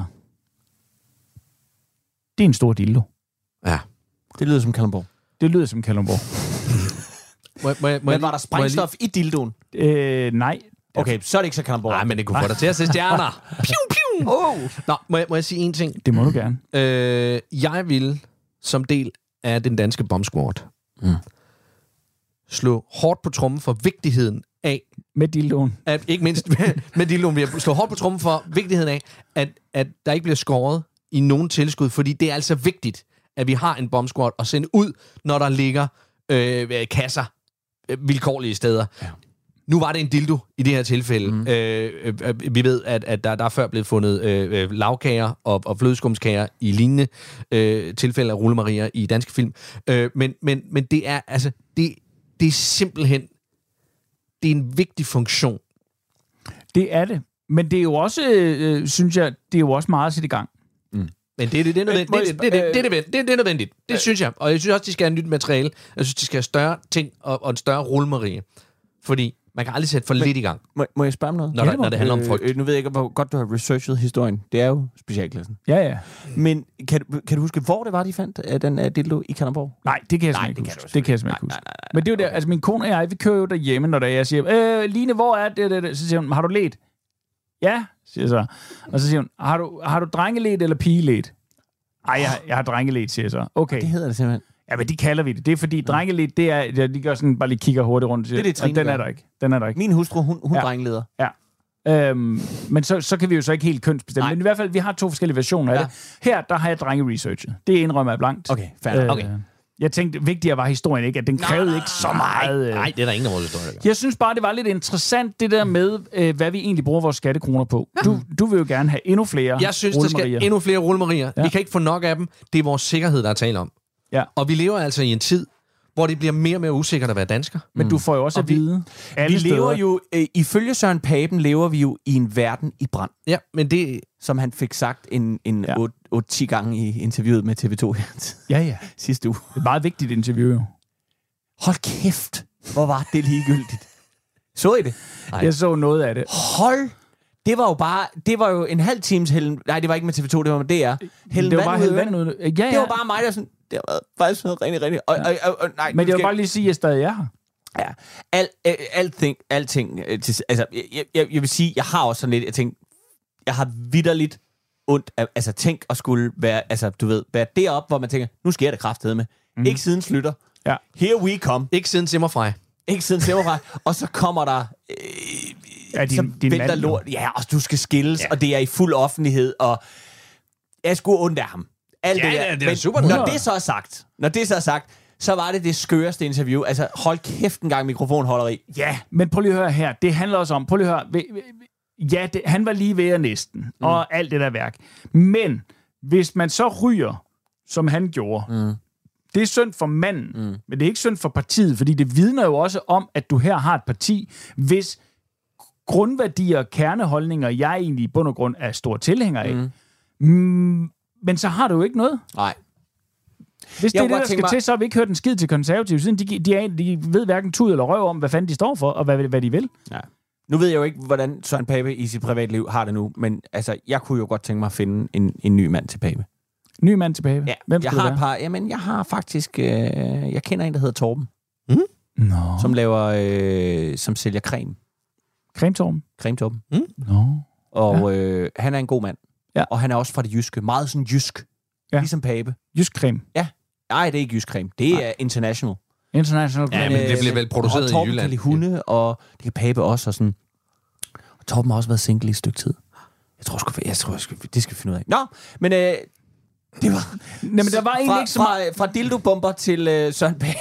det er en stor dildo. Ja. Det lyder som Kalundborg. Det lyder som Kalundborg. Men var der sprængstof i dildoen? Nej. Okay, så er det ikke så Kalundborg. Nej, men det kunne få dig til at se stjerner. Piu, piu. Nå, må jeg sige en ting? Det må du gerne. Jeg vil, som del af den danske bombsquad, slå hårdt på trommen for vigtigheden af... Med dildoen. Ikke mindst med dildoen. Vi har slå hårdt på trommen for vigtigheden af, at der ikke bliver skåret i nogen tilskud, fordi det er altså vigtigt, at vi har en bombsquad og sende ud, når der ligger kasser vilkårlige steder. Ja. Nu var det en dildo i det her tilfælde. Vi ved, at der er før blevet fundet lavkager og flødeskumskager i lignende tilfælde af Rullemarie i danske film. Men det er altså det er simpelthen det er en vigtig funktion. Det er det. Men det er jo også, synes jeg, det er jo også meget at sætte i gang. Men det er nødvendigt. Det synes jeg. Og jeg synes også, de skal have nyt materiale. Jeg synes, de skal have større ting og en større Rullemarie. Fordi man kan aldrig sætte for lidt i gang. Må jeg spørge om noget? Når det handler om frygt. Nu ved jeg ikke, hvor godt du har researchet historien. Det er jo specialklassen. Ja. Men kan du huske, hvor det var, de fandt den dildo i Kalundborg? Nej, det kan jeg simpelthen ikke huske. Det kan jeg simpelthen ikke huske. Men det er jo der, altså min kone og jeg, vi kører jo derhjemme, når jeg siger, Line, hvor er det? Så siger hun, har du let? Ja, siger jeg så. Og så siger hun, har du drengelet eller pigelet? Nej, jeg har drengelet, siger jeg så. Okay. Og det hedder det simpelthen. Ja, men de kalder vi det. Det er fordi drengelet, det er, de gør sådan, bare lige kigger hurtigt rundt. Det er det, Trine den er der ikke. Den er der ikke. Min hustru, hun drengeleder. Ja. Men så kan vi jo så ikke helt kønsbestemme. Nej. Men i hvert fald, vi har 2 forskellige versioner af det. Her, der har jeg drenge-researchet. Det indrømmer jeg blankt. Okay, fair. Okay. Jeg tænkte, vigtigere var historien ikke, at den krævede ikke så meget. Nej, det er der ingen af vores historie. Jeg synes bare, det var lidt interessant, det der med, hvad vi egentlig bruger vores skattekroner på. Du vil jo gerne have endnu flere. Jeg synes, der skal endnu flere Rullemarier. Ja. Vi kan ikke få nok af dem. Det er vores sikkerhed, der er tale om. Ja. Og vi lever altså i en tid, hvor det bliver mere og mere usikkert at være dansker. Men du får jo også at vide. Vi lever jo, ifølge Søren Papen, lever vi jo i en verden i brand. Ja, men det... Som han fik sagt en 8-10 gange i interviewet med TV2 sidste uge. Det er et meget vigtigt interview, jo. Hold kæft, hvor var det ligegyldigt. Så I det? Nej. Jeg så noget af det. Det var jo en halv times hælden. Nej, det var ikke med TV2, det var med DR. Det var bare hælden vand ud. Ja. Det var bare mig, der sådan... Det var faktisk noget rigtig. Nej, men jeg vil bare lige sige, at jeg stadig er her. Ja. Alting. Altså, jeg vil sige, jeg har også sådan lidt... Jeg tænkte, jeg har vitterligt ondt af... Altså, tænk at skulle være... Altså, du ved, være deroppe, hvor man tænker, nu sker det kraftedeme. Ikke siden Slytter. Ja. Here we come. Ikke siden Simmerfrej. Og så kommer der... din vælter lort. Ja, og du skal skilles, og det er i fuld offentlighed, og jeg skulle ondt af ham. Alt det der. Det er super. Når det så er sagt, så var det skøreste interview. Altså, hold kæft en gang mikrofonholderi. Ja, men prøv lige at høre her. Det handler også om... Prøv lige at høre. Ja, han var lige ved at næsten, og alt det der værk. Men hvis man så ryger, som han gjorde, det er synd for manden, men det er ikke synd for partiet, fordi det vidner jo også om, at du her har et parti, hvis grundværdier og kerneholdninger, jeg egentlig i bund og grund er stor tilhænger af. Men så har du jo ikke noget. Nej. Hvis det er det, der skal til, så har vi ikke hørt en skid til konservative, siden de ved hverken tud eller røv om, hvad fanden de står for, og hvad de vil. Ja. Nu ved jeg jo ikke, hvordan Søren Pape i sit privatliv har det nu, men altså, jeg kunne jo godt tænke mig at finde en ny mand til Pape. Ny mand til Pape? Ja, hvem jeg har et par... Jamen, jeg har faktisk... jeg kender en, der hedder Torben. No. Som laver... som sælger creme. Creme-Torben? Creme-Torben. No. Og han er en god mand. Ja. Og han er også fra det jyske. Meget sådan jysk. Ja. Ligesom Pape. Jysk creme? Ja. Nej, det er ikke jysk creme. Det er international. International creme. Ja, men det bliver vel produceret i Torben Jylland. kan lide hunde, og det kan Pape også. Og sådan. Og Torben har også været single i et stykke tid. Jeg tror, det skal vi finde ud af. Nå, men... det var... Nej, men der var egentlig ikke så meget... Fra dildo-bomber til Søren Pape.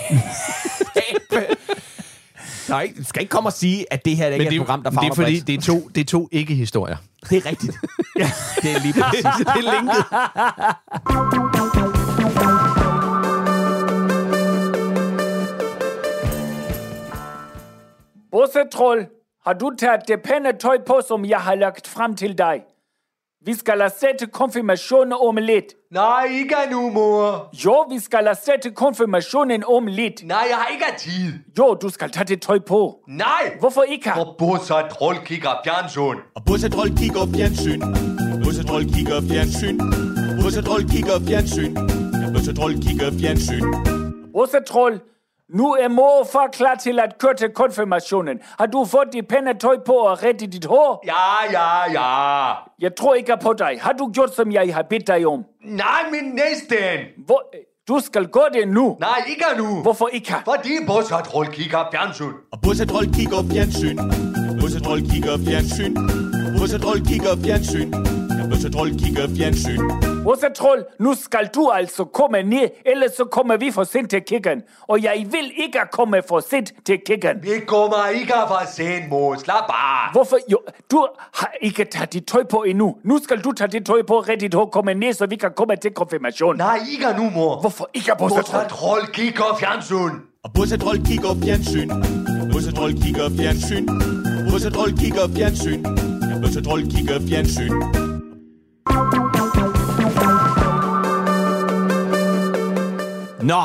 Nej, du skal ikke komme og sige, at det her ikke er et program, der favner bredt. Det er to ikke-historier. Det er rigtigt. Ja, det er lige præcis. Det er linket. Bossetroll, har du taget det pæne tøj på, som jeg har lagt frem til dig? Vi skal lade sætte konfirmationen om lidt. Nej, ikke nu, mor. Jo, vi skal lade sætte konfirmationen om lidt. Nej, jeg har ikke tid. Jo, du skal tage det tøj på. Nej. Hvorfor ikke? For Bossetroll kigger fjernsyn. Og Bossetroll kigger fjernsyn. Bossetroll kigger fjernsyn. Bossetroll kigger fjernsyn. Bossetroll kigger fjernsyn. Bossetroll, nu er mor og far klar til at køre til konfirmationen. Har du fået dit pæne tøj på og rettet dit hår? Ja. Jeg tror ikke på dig. Har du gjort, som jeg har bedt dig om? Nej, min næsten. Du skal gå det nu. Nej, ikke nu. Hvorfor ikke? Fordi Bossetroll kigger fjernsyn. Og Bossetroll kigger fjernsyn. Bossetroll kigger fjernsyn. Bossetroll kigger fjernsyn. Bossetroll kigger fjernsyn. Bossetroll, nu skal du altså komme ned, ellers så kommer vi for sent til kikken. Og jeg vil ikke komme for sent til kikken. Vi kommer ikke for sent, mor. Slap bare. Hvorfor? Jo, du har ikke taget dit tøj på endnu. Nu skal du tage dit tøj på, ret dit hår, komme ned, så vi kan komme til konfirmation. Nej, ikke nu, mor. Hvorfor ikke, Bossetroll? Bossetroll kigger fjernsyn. Og Bossetroll kigger fjernsyn. Bossetroll kigger fjernsyn. Bossetroll kigger fjernsyn. Bossetroll kigger fjernsyn. Nå,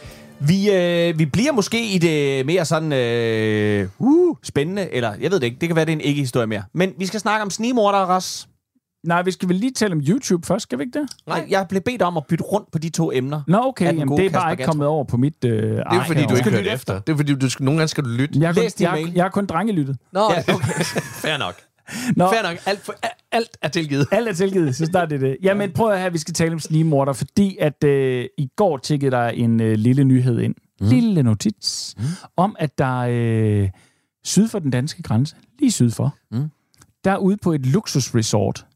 vi bliver måske i det mere sådan spændende, eller jeg ved det ikke, det kan være, det er en ikke-historie mere. Men vi skal snakke om snigmordere, Ras. Nej, vi skal vel lige tale om YouTube først, skal vi ikke det? Nej, jeg blev bedt om at bytte rundt på de to emner. Nå, okay, jamen, det er bare ikke kommet over på mit Det er fordi, du ikke hørte efter. Det er fordi, nogle gange skal du lytte. Jeg har kun drengelyttet. Nå, ja, okay. Fair nok. Fair nok. Alt er tilgivet. Alt er tilgivet, så snart det er det. Jamen, prøv at have, vi skal tale om snigmorder, fordi at i går tikkede der en lille nyhed ind. Lille notits. Om, at der syd for den danske grænse, lige syd for, der ude på et luksusresort,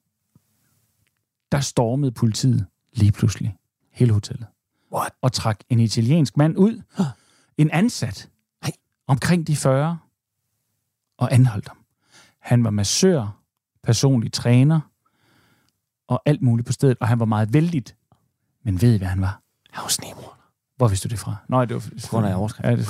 der stormede politiet lige pludselig hele hotellet. What? Og trak en italiensk mand ud, en ansat, omkring de 40, og anholdt ham. Han var massør, personlig træner, og alt muligt på stedet, og han var meget vældigt. Men ved I, hvad han var? Han var snigmorder. Hvor vidste du det fra? Nej, det var... Grund af overskrift. Ja, det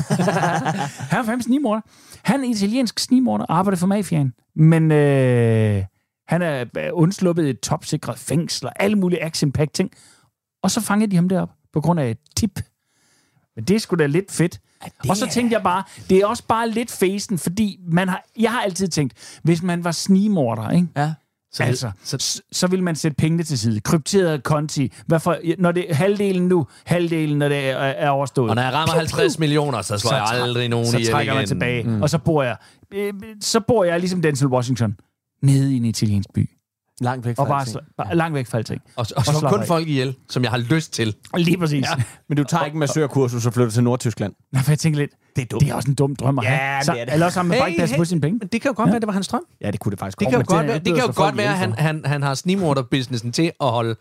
han var fandme snigmorder. Han er italiensk snigmorder, arbejder for mafiaen. Men han er undsluppet et topsikret fængsel og alle mulige action-packed ting. Og så fangede de ham derop på grund af et tip. Men det er sgu da lidt fedt. Og så tænkte jeg bare, det er også bare lidt fæsen, fordi jeg har altid tænkt, hvis man var snigmorder, ikke? Ja. Så vil man sætte pengene til side. Krypteret konti. Når det er halvdelen, når det er overstået. Og når jeg rammer 50 millioner, så slår jeg aldrig nogen ihjel igen. Så trækker man tilbage. Og så bor jeg ligesom Denzel Washington nede i en italiensk by. Langt væk fra alting. Langt væk fra alting. Og så kun folk ihjel, som jeg har lyst til. Lige præcis. Ja. Men du tager ikke en massørkursus og flytter til Nordtyskland? Nej, for jeg tænker lidt, det er også en dum drøm at have. Ja, det er det. Eller også har man bare ikke passet på sine penge. Men det kan jo godt være, det var hans drøm. Ja, det kunne det faktisk det kan jo godt være, at han har snigmorder-businessen til at holde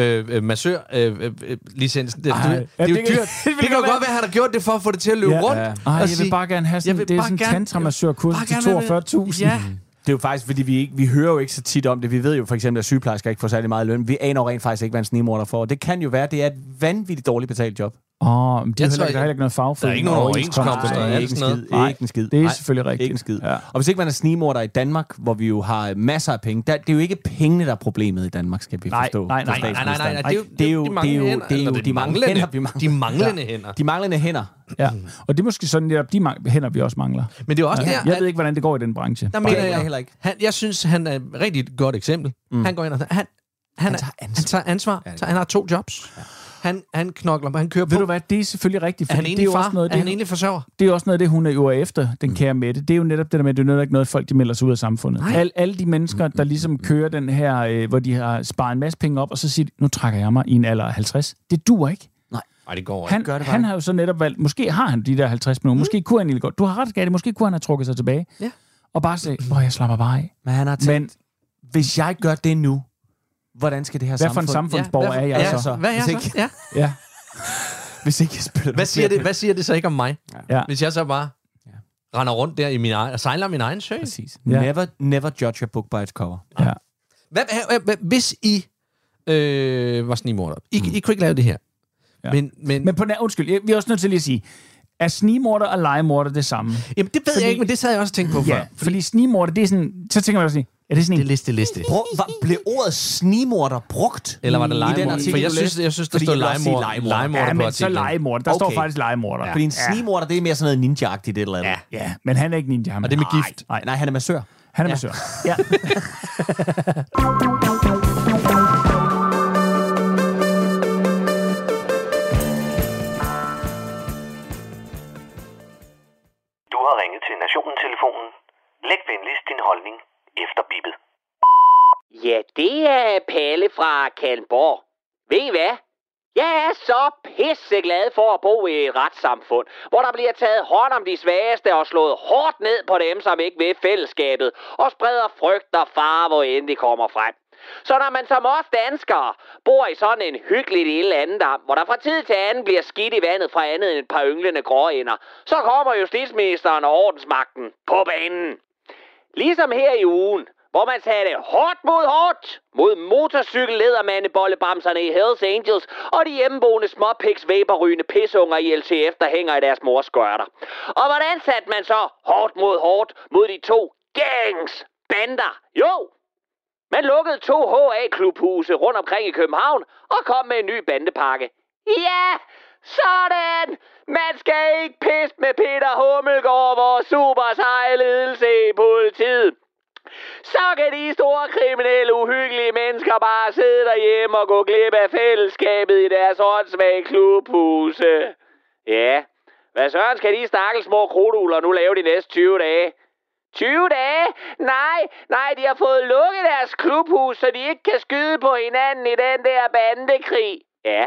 massør-licensen. Det er jo dyrt. Det kan jo godt være, at han har gjort det for at få det til at løbe rundt. Jeg vil bare gerne have sådan, det er sådan en tantra-massørkurs til 42.000. Ja. Det er jo faktisk, fordi vi hører jo ikke så tit om det. Vi ved jo for eksempel, at sygeplejersker ikke får særlig meget løn. Vi aner jo rent faktisk ikke, hvad en snigmorder får. Det kan jo være, det er et vanvittigt dårligt betalt job. Men de har heller ikke noget fagforening. Der er ikke nogen overenskomster. Ikke en skid. Det er selvfølgelig rigtigt. Ikke en skid. Ja. Og hvis ikke man er snigmorder i Danmark, hvor vi jo har masser af penge, det er jo ikke pengene, der er problemet i Danmark, skal vi forstå. Nej. Det er jo de manglende hænder. De manglende hænder. Ja, og det er måske sådan, at de hænder, vi også mangler. Men det er også jeg ved ikke, hvordan det går i den branche. Der mener jeg heller ikke. Jeg synes, han er et rigtig godt eksempel. Han går ind og han tager ansvar. Han har 2 jobs. Han knokler, han kører på. Ved du hvad, det er selvfølgelig rigtigt. Er han egentlig far? Er han egentlig forsørger? Det er også noget af det, hun er jo efter, den kære Mette. Det er jo netop det der med, at det er ikke noget, folk de melder sig ud af samfundet. Alle de mennesker, der ligesom kører den her, hvor de har sparet en masse penge op, og så siger de, nu trækker jeg mig i en alder af 50. Det duer ikke. Nej, det går ikke. Han har jo så netop valgt, måske har han de der 50 minutter, måske kunne han godt. Du har ret, Gade, måske kunne han have trukket sig tilbage. Ja. Og bare sige, jeg slapper bare af. Men han har tænkt, hvis jeg gør det nu, hvordan skal det her samfund... Hvad for en samfundsborger er jeg så? Hvad er jeg så? Ja. Hvis ikke jeg spiller... Hvad siger det så ikke om mig? Ja. Hvis jeg så bare render rundt der i min egen, og sejler min egen sø? Præcis. Ja. Never judge a book by its cover. Ja. Hvis I var snigmorder, I kunne ikke lave det her. Ja. Men på undskyld, vi er også nødt til lige at sige, er snigmorder og legemorder det samme? Jamen, det ved jeg ikke, men det havde jeg også tænkt på før. Fordi snigmorder, det er sådan... Så tænker man også sige, er det sådan en... Det er liste. Blev ordet snigmorder brugt? Eller var det legemorder? For jeg synes der står legemorder. Ja, men så legemorder. Der står faktisk legemorder. Ja. Fordi en snigmorder, det er mere sådan noget ninja-agtigt et eller andet. Ja, men han er ikke ninja. Og det er med gift. Nej, han er massør. Han er massør. Ja. Du har ringet til Nationen-telefonen. Læg venligst din holdning efter bippet. Ja, det er Palle fra Kalmborg. Ved I hvad? Jeg er så pisseglad for at bo i et retssamfund, hvor der bliver taget hånd om de svageste og slået hårdt ned på dem, som ikke vil fællesskabet, og spreder frygt og fare, hvor end de kommer frem. Så når man som os danskere bor i sådan en hyggelig lille andendam, hvor der fra tid til anden bliver skidt i vandet fra andet end et par ynglende gråænder, så kommer justitsministeren og ordensmagten på banen. Ligesom her i ugen, hvor man satte hårdt mod motorcykelledermandebollebremserne i Hells Angels og de hjemmeboende småpiks vaporrygende pisunger i LTF, der hænger i deres mors skørter. Og hvordan satte man så hårdt mod de 2 gangs bander? Jo, man lukkede 2 HA-klubhuse rundt omkring i København og kom med en ny bandepakke. Ja, sådan! Man skal ikke pisse med Peter Hummelgaard, vores super seje ledelse i politiet. Så kan de store kriminelle, uhyggelige mennesker bare sidde derhjemme og gå glip af fællesskabet i deres åndssvage klubhuse. Ja, hvad søren skal de stakkels små krudtugler nu lave de næste 20 dage? 20 dage? Nej, de har fået lukket deres klubhus, så de ikke kan skyde på hinanden i den der bandekrig. Ja,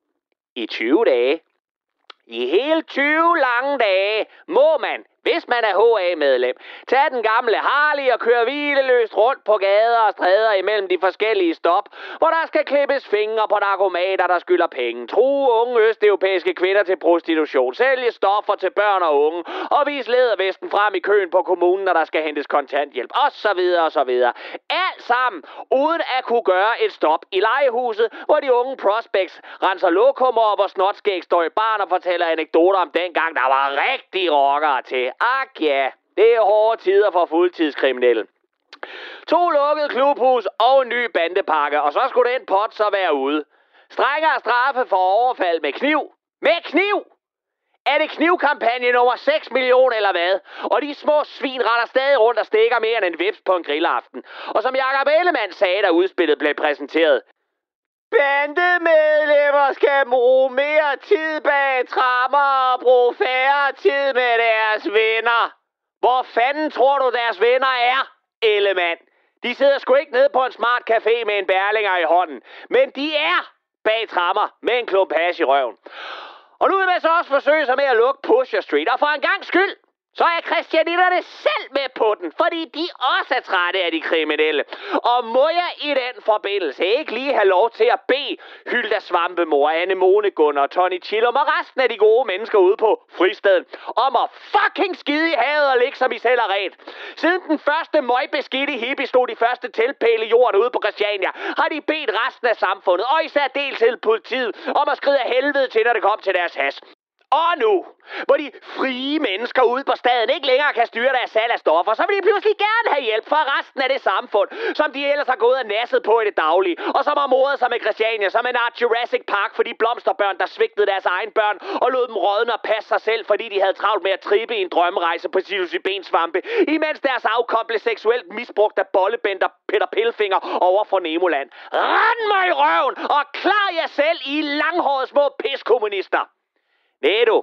i 20 dage. I hele 20 lange dage må man, hvis man er HA-medlem, tage den gamle Harley og køre hvileløst rundt på gader og stræder imellem de forskellige stop, hvor der skal klippes fingre på narkomater, der skylder penge, true unge østeuropæiske kvinder til prostitution, sælge stoffer til børn og unge, og vise lædervesten frem i køen på kommunen, når der skal hentes kontanthjælp, osv. Alt sammen, uden at kunne gøre et stop i legehuset, hvor de unge prospects renser lokummer op og snotskæg står i baren og fortæller anekdoter om dengang, der var rigtig rockere til. Ak ja, det er hårde tider for fuldtidskriminelle. 2 lukkede klubhus og en ny bandepakke, og så skulle den pot så være ude. Strengere straffe for overfald med kniv. Med kniv! Er det knivkampagne nummer 6 millioner eller hvad? Og de små svin retter stadig rundt og stikker mere end en vips på en grillaften. Og som Jakob Ellemann sagde, da udspillet blev præsenteret. Bandemedlemmer skal bruge mere tid bag trapper og bruge færre tid med deres venner. Hvor fanden tror du deres venner er, Ellemann? De sidder sgu ikke nede på en smart café med en Berlinger i hånden. Men de er bag trapper med en klump hash i røven. Og nu vil man så også forsøge sig med at lukke Pusher Street. Og for en gang skyld, så er christianitterne selv med på den, fordi de også er trætte af de kriminelle. Og må jeg i den forbindelse ikke lige have lov til at bede Hylda Svampemor, Anemone Gunnar og Tony Chillum og resten af de gode mennesker ude på Fristaden om at fucking skide i havet og ligge som I selv er ret. Siden den første møgbeskidte hippie stod de første teltpæle i jorden ude på Christiania, har de bedt resten af samfundet, og især dels til politiet, om at skride af helvede til, når det kom til deres has. Og nu, hvor de frie mennesker ude på staden ikke længere kan styre deres salg af stoffer, så vil de pludselig gerne have hjælp fra resten af det samfund, som de ellers har gået og nasset på i det daglige, og som har mordet sig med Christiania som en art Jurassic Park for de blomsterbørn, der svigtede deres egen børn og lod dem rådne og passe sig selv, fordi de havde travlt med at trippe i en drømmerejse på psilocybensvampe, imens deres afkoble seksuelt misbrugte bollebænder Peter Pilfinger over for Nemoland. Rend mig i røven og klar jer selv, I langhårede små piskommunister! Nej du,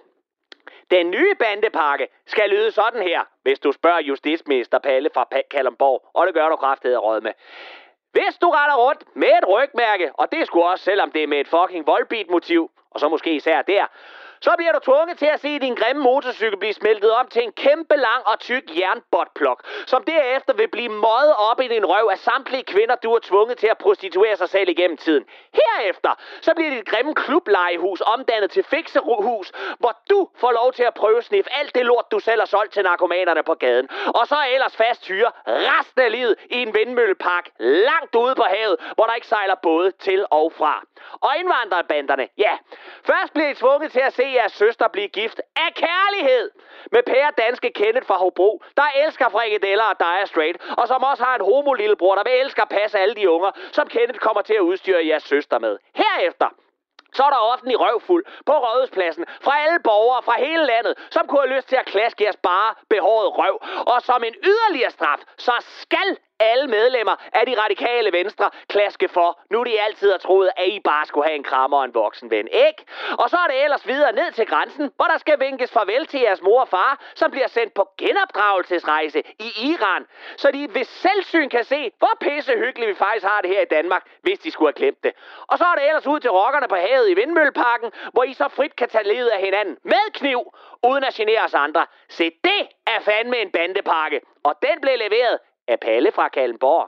den nye bandepakke skal lyde sådan her, hvis du spørger justitsminister Palle fra Kalundborg, og det gør du kraftedeme med. Hvis du retter rundt med et rygmærke, og det skulle også selvom det er med et fucking voldbeat-motiv, og så måske især der, så bliver du tvunget til at se din grimme motorcykel blive smeltet om til en kæmpe lang og tyk jernbotplok, som derefter vil blive møjet op i din røv af samtlige kvinder, du er tvunget til at prostituere sig selv igennem tiden. Herefter, så bliver dit grimme klublejehus omdannet til fikserhus, hvor du får lov til at prøvesniffe alt det lort, du selv har solgt til narkomanerne på gaden. Og så ellers fast hyre resten af livet i en vindmøllepark langt ude på havet, hvor der ikke sejler både til og fra. Og indvandrerbanderne, ja. Først bliver I tvunget til at se jeres søster blive gift af kærlighed med pære danske Kenneth fra Hobro, der elsker frikadeller og Dire Straits, og som også har en homo-lillebror, der vil elske at passe alle de unger, som Kenneth kommer til at udstyre jeres søster med. Herefter så er der offentlig røvfuld på Rådhuspladsen fra alle borgere fra hele landet, som kunne have lyst til at klaske jeres bare behårede røv. Og som en yderligere straf, så skal alle medlemmer af de radikale venstre klaske for. Nu de altid har troet, at I bare skulle have en krammer og en voksen ven, ikke? Og så er det ellers videre ned til grænsen, hvor der skal vinkes farvel til jeres mor og far, som bliver sendt på genopdragelsesrejse i Iran. Så de ved selvsyn kan se, hvor pissehyggeligt vi faktisk har det her i Danmark, hvis de skulle have glemt det. Og så er det ellers ud til rockerne på havet i Vindmølleparken, hvor I så frit kan tage livet af hinanden med kniv, uden at genere os andre. Se, det er fandme en bandepakke, og den blev leveret af Palle fra Kalundborg.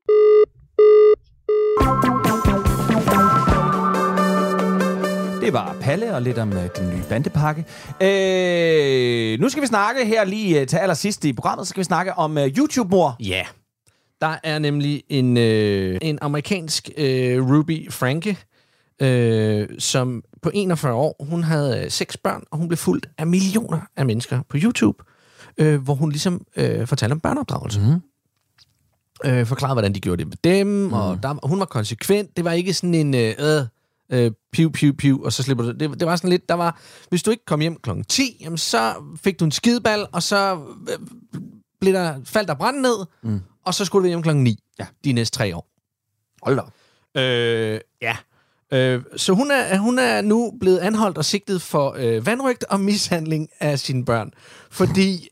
Det var Palle og lidt om den nye bandepakke. Nu skal vi snakke her lige til allersidst i programmet, så skal vi snakke om YouTube-mor. Ja, der er nemlig en amerikansk Ruby Franke, som på 41 år, hun havde 6 børn, og hun blev fulgt af millioner af mennesker på YouTube, hvor hun ligesom fortalte om børneopdragelse. Forklarede, hvordan de gjorde det med dem, og hun var konsekvent. Det var ikke sådan en piv, og så slipper du. Det var sådan lidt, der var, hvis du ikke kom hjem klokken 10, jamen, så fik du en skideball, og så faldt der brand ned, og så skulle du hjem klokken 9 de næste 3 år. Hold da. Ja. Så hun er nu blevet anholdt og sigtet for vanrøgt og mishandling af sine børn. Fordi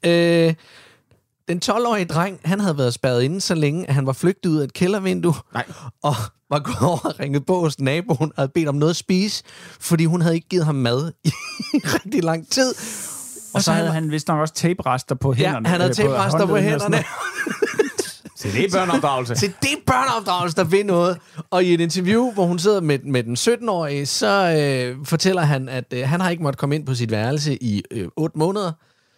den 12-årige dreng, han havde været spærret inde så længe, at han var flygtet ud af et kældervindue. Nej. Og var gået over og ringet på hos naboen og havde bedt om noget at spise, fordi hun havde ikke givet ham mad i rigtig lang tid. Og så havde han vist nok også tape-rester på hænderne. Ja, han havde tape-rester på hænderne. Så det er børneopdragelse. Så det er børneopdragelse, der vil noget. Og i et interview, hvor hun sidder med den 17-årige, så fortæller han, at han har ikke måttet komme ind på sit værelse i 8 måneder.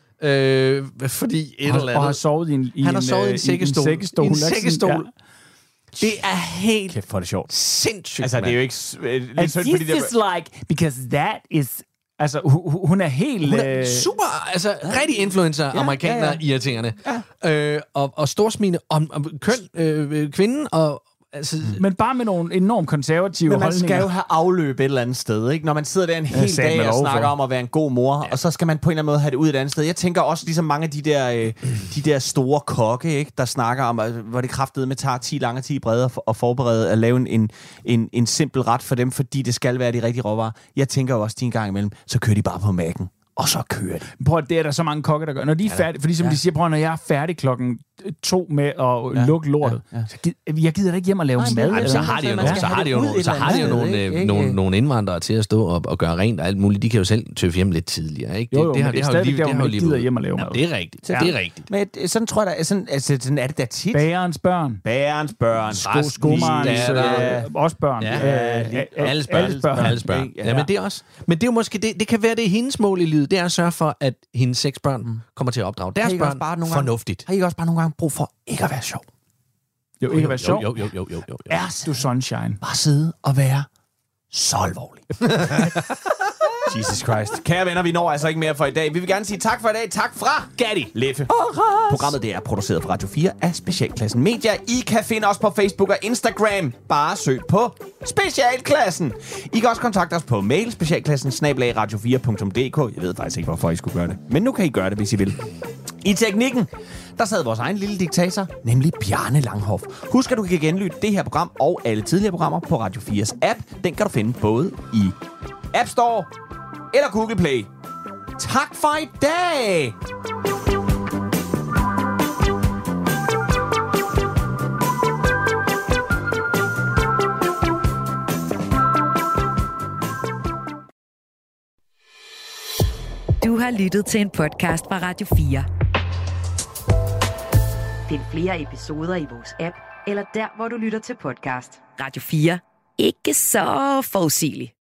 Fordi et eller andet. Og har sovet i en sækkestol. En sækkestol. Ja. Det er helt kæft for det sjovt. Sindssygt. Altså, det er jo ikke lidt synd, fordi this is like, because that is. Altså, hun er helt. Hun er super, altså rigtig influencer, amerikaner i tingene. Ja. Og storsmigende om køn, kvinden, og altså, men bare med nogle enormt konservative holdninger. Men man skal jo have afløb et eller andet sted, ikke? Når man sidder der en hel dag og snakker om at være en god mor, og så skal man på en eller anden måde have det ud et andet sted. Jeg tænker også ligesom mange af de der store kokke, ikke? Der snakker om, hvor det kraftedeme tager 10 lange 10 brede og forberede at lave en simpel ret for dem, fordi det skal være de rigtige råvarer. Jeg tænker jo også, de en gang imellem, så kører de bare på Mac'en. og så kører de. Prøv at det er der så mange kokke, der gør. Når de er færdige, fordi som de siger, prøv at når jeg er færdig 2 med at lukke lortet, så jeg gider da ikke hjem og lave mad. Nej, så har de jo nogle indvandrere til at stå og gøre rent og alt muligt. De kan jo selv tøffe hjem lidt tidligere, ikke? Jo, men det er stadigvæk der, hvor man ikke gider hjem og lave mad. Det er rigtigt. Det er rigtigt. Men sådan tror jeg, sådan er det da tit. Bagerens børn. Skomarens også børn. Alles børn. Ja, men det er også. Men det er jo måske det kan være det hendes mål i livet, det er at sørge for, at hendes 6 børn kommer til at opdrage deres børn fornuftigt. Har I også bare nogle gange brug for ikke at være sjov? Jo, ikke at være sjov. Jo. Er du sunshine? Bare sidde og være så alvorlig. Jesus Christ. Kære venner, vi når altså ikke mere for i dag. Vi vil gerne sige tak for i dag. Tak fra Gatti Leffe. Programmet det er produceret for Radio 4 af Specialklassen Media. I kan finde os på Facebook og Instagram. Bare søg på Specialklassen. I kan også kontakte os på mail specialklassen@radio4.dk. Jeg ved faktisk ikke, hvorfor I skulle gøre det. Men nu kan I gøre det, hvis I vil. I teknikken, der sad vores egen lille diktator, nemlig Bjarne Langhoff. Husk, at du kan genlytte det her program og alle tidligere programmer på Radio 4's app. Den kan du finde både i App Store eller Google Play. Tak for i dag! Du har lyttet til en podcast fra Radio 4. Find flere episoder i vores app, eller der, hvor du lytter til podcast. Radio 4. Ikke så forudsigeligt.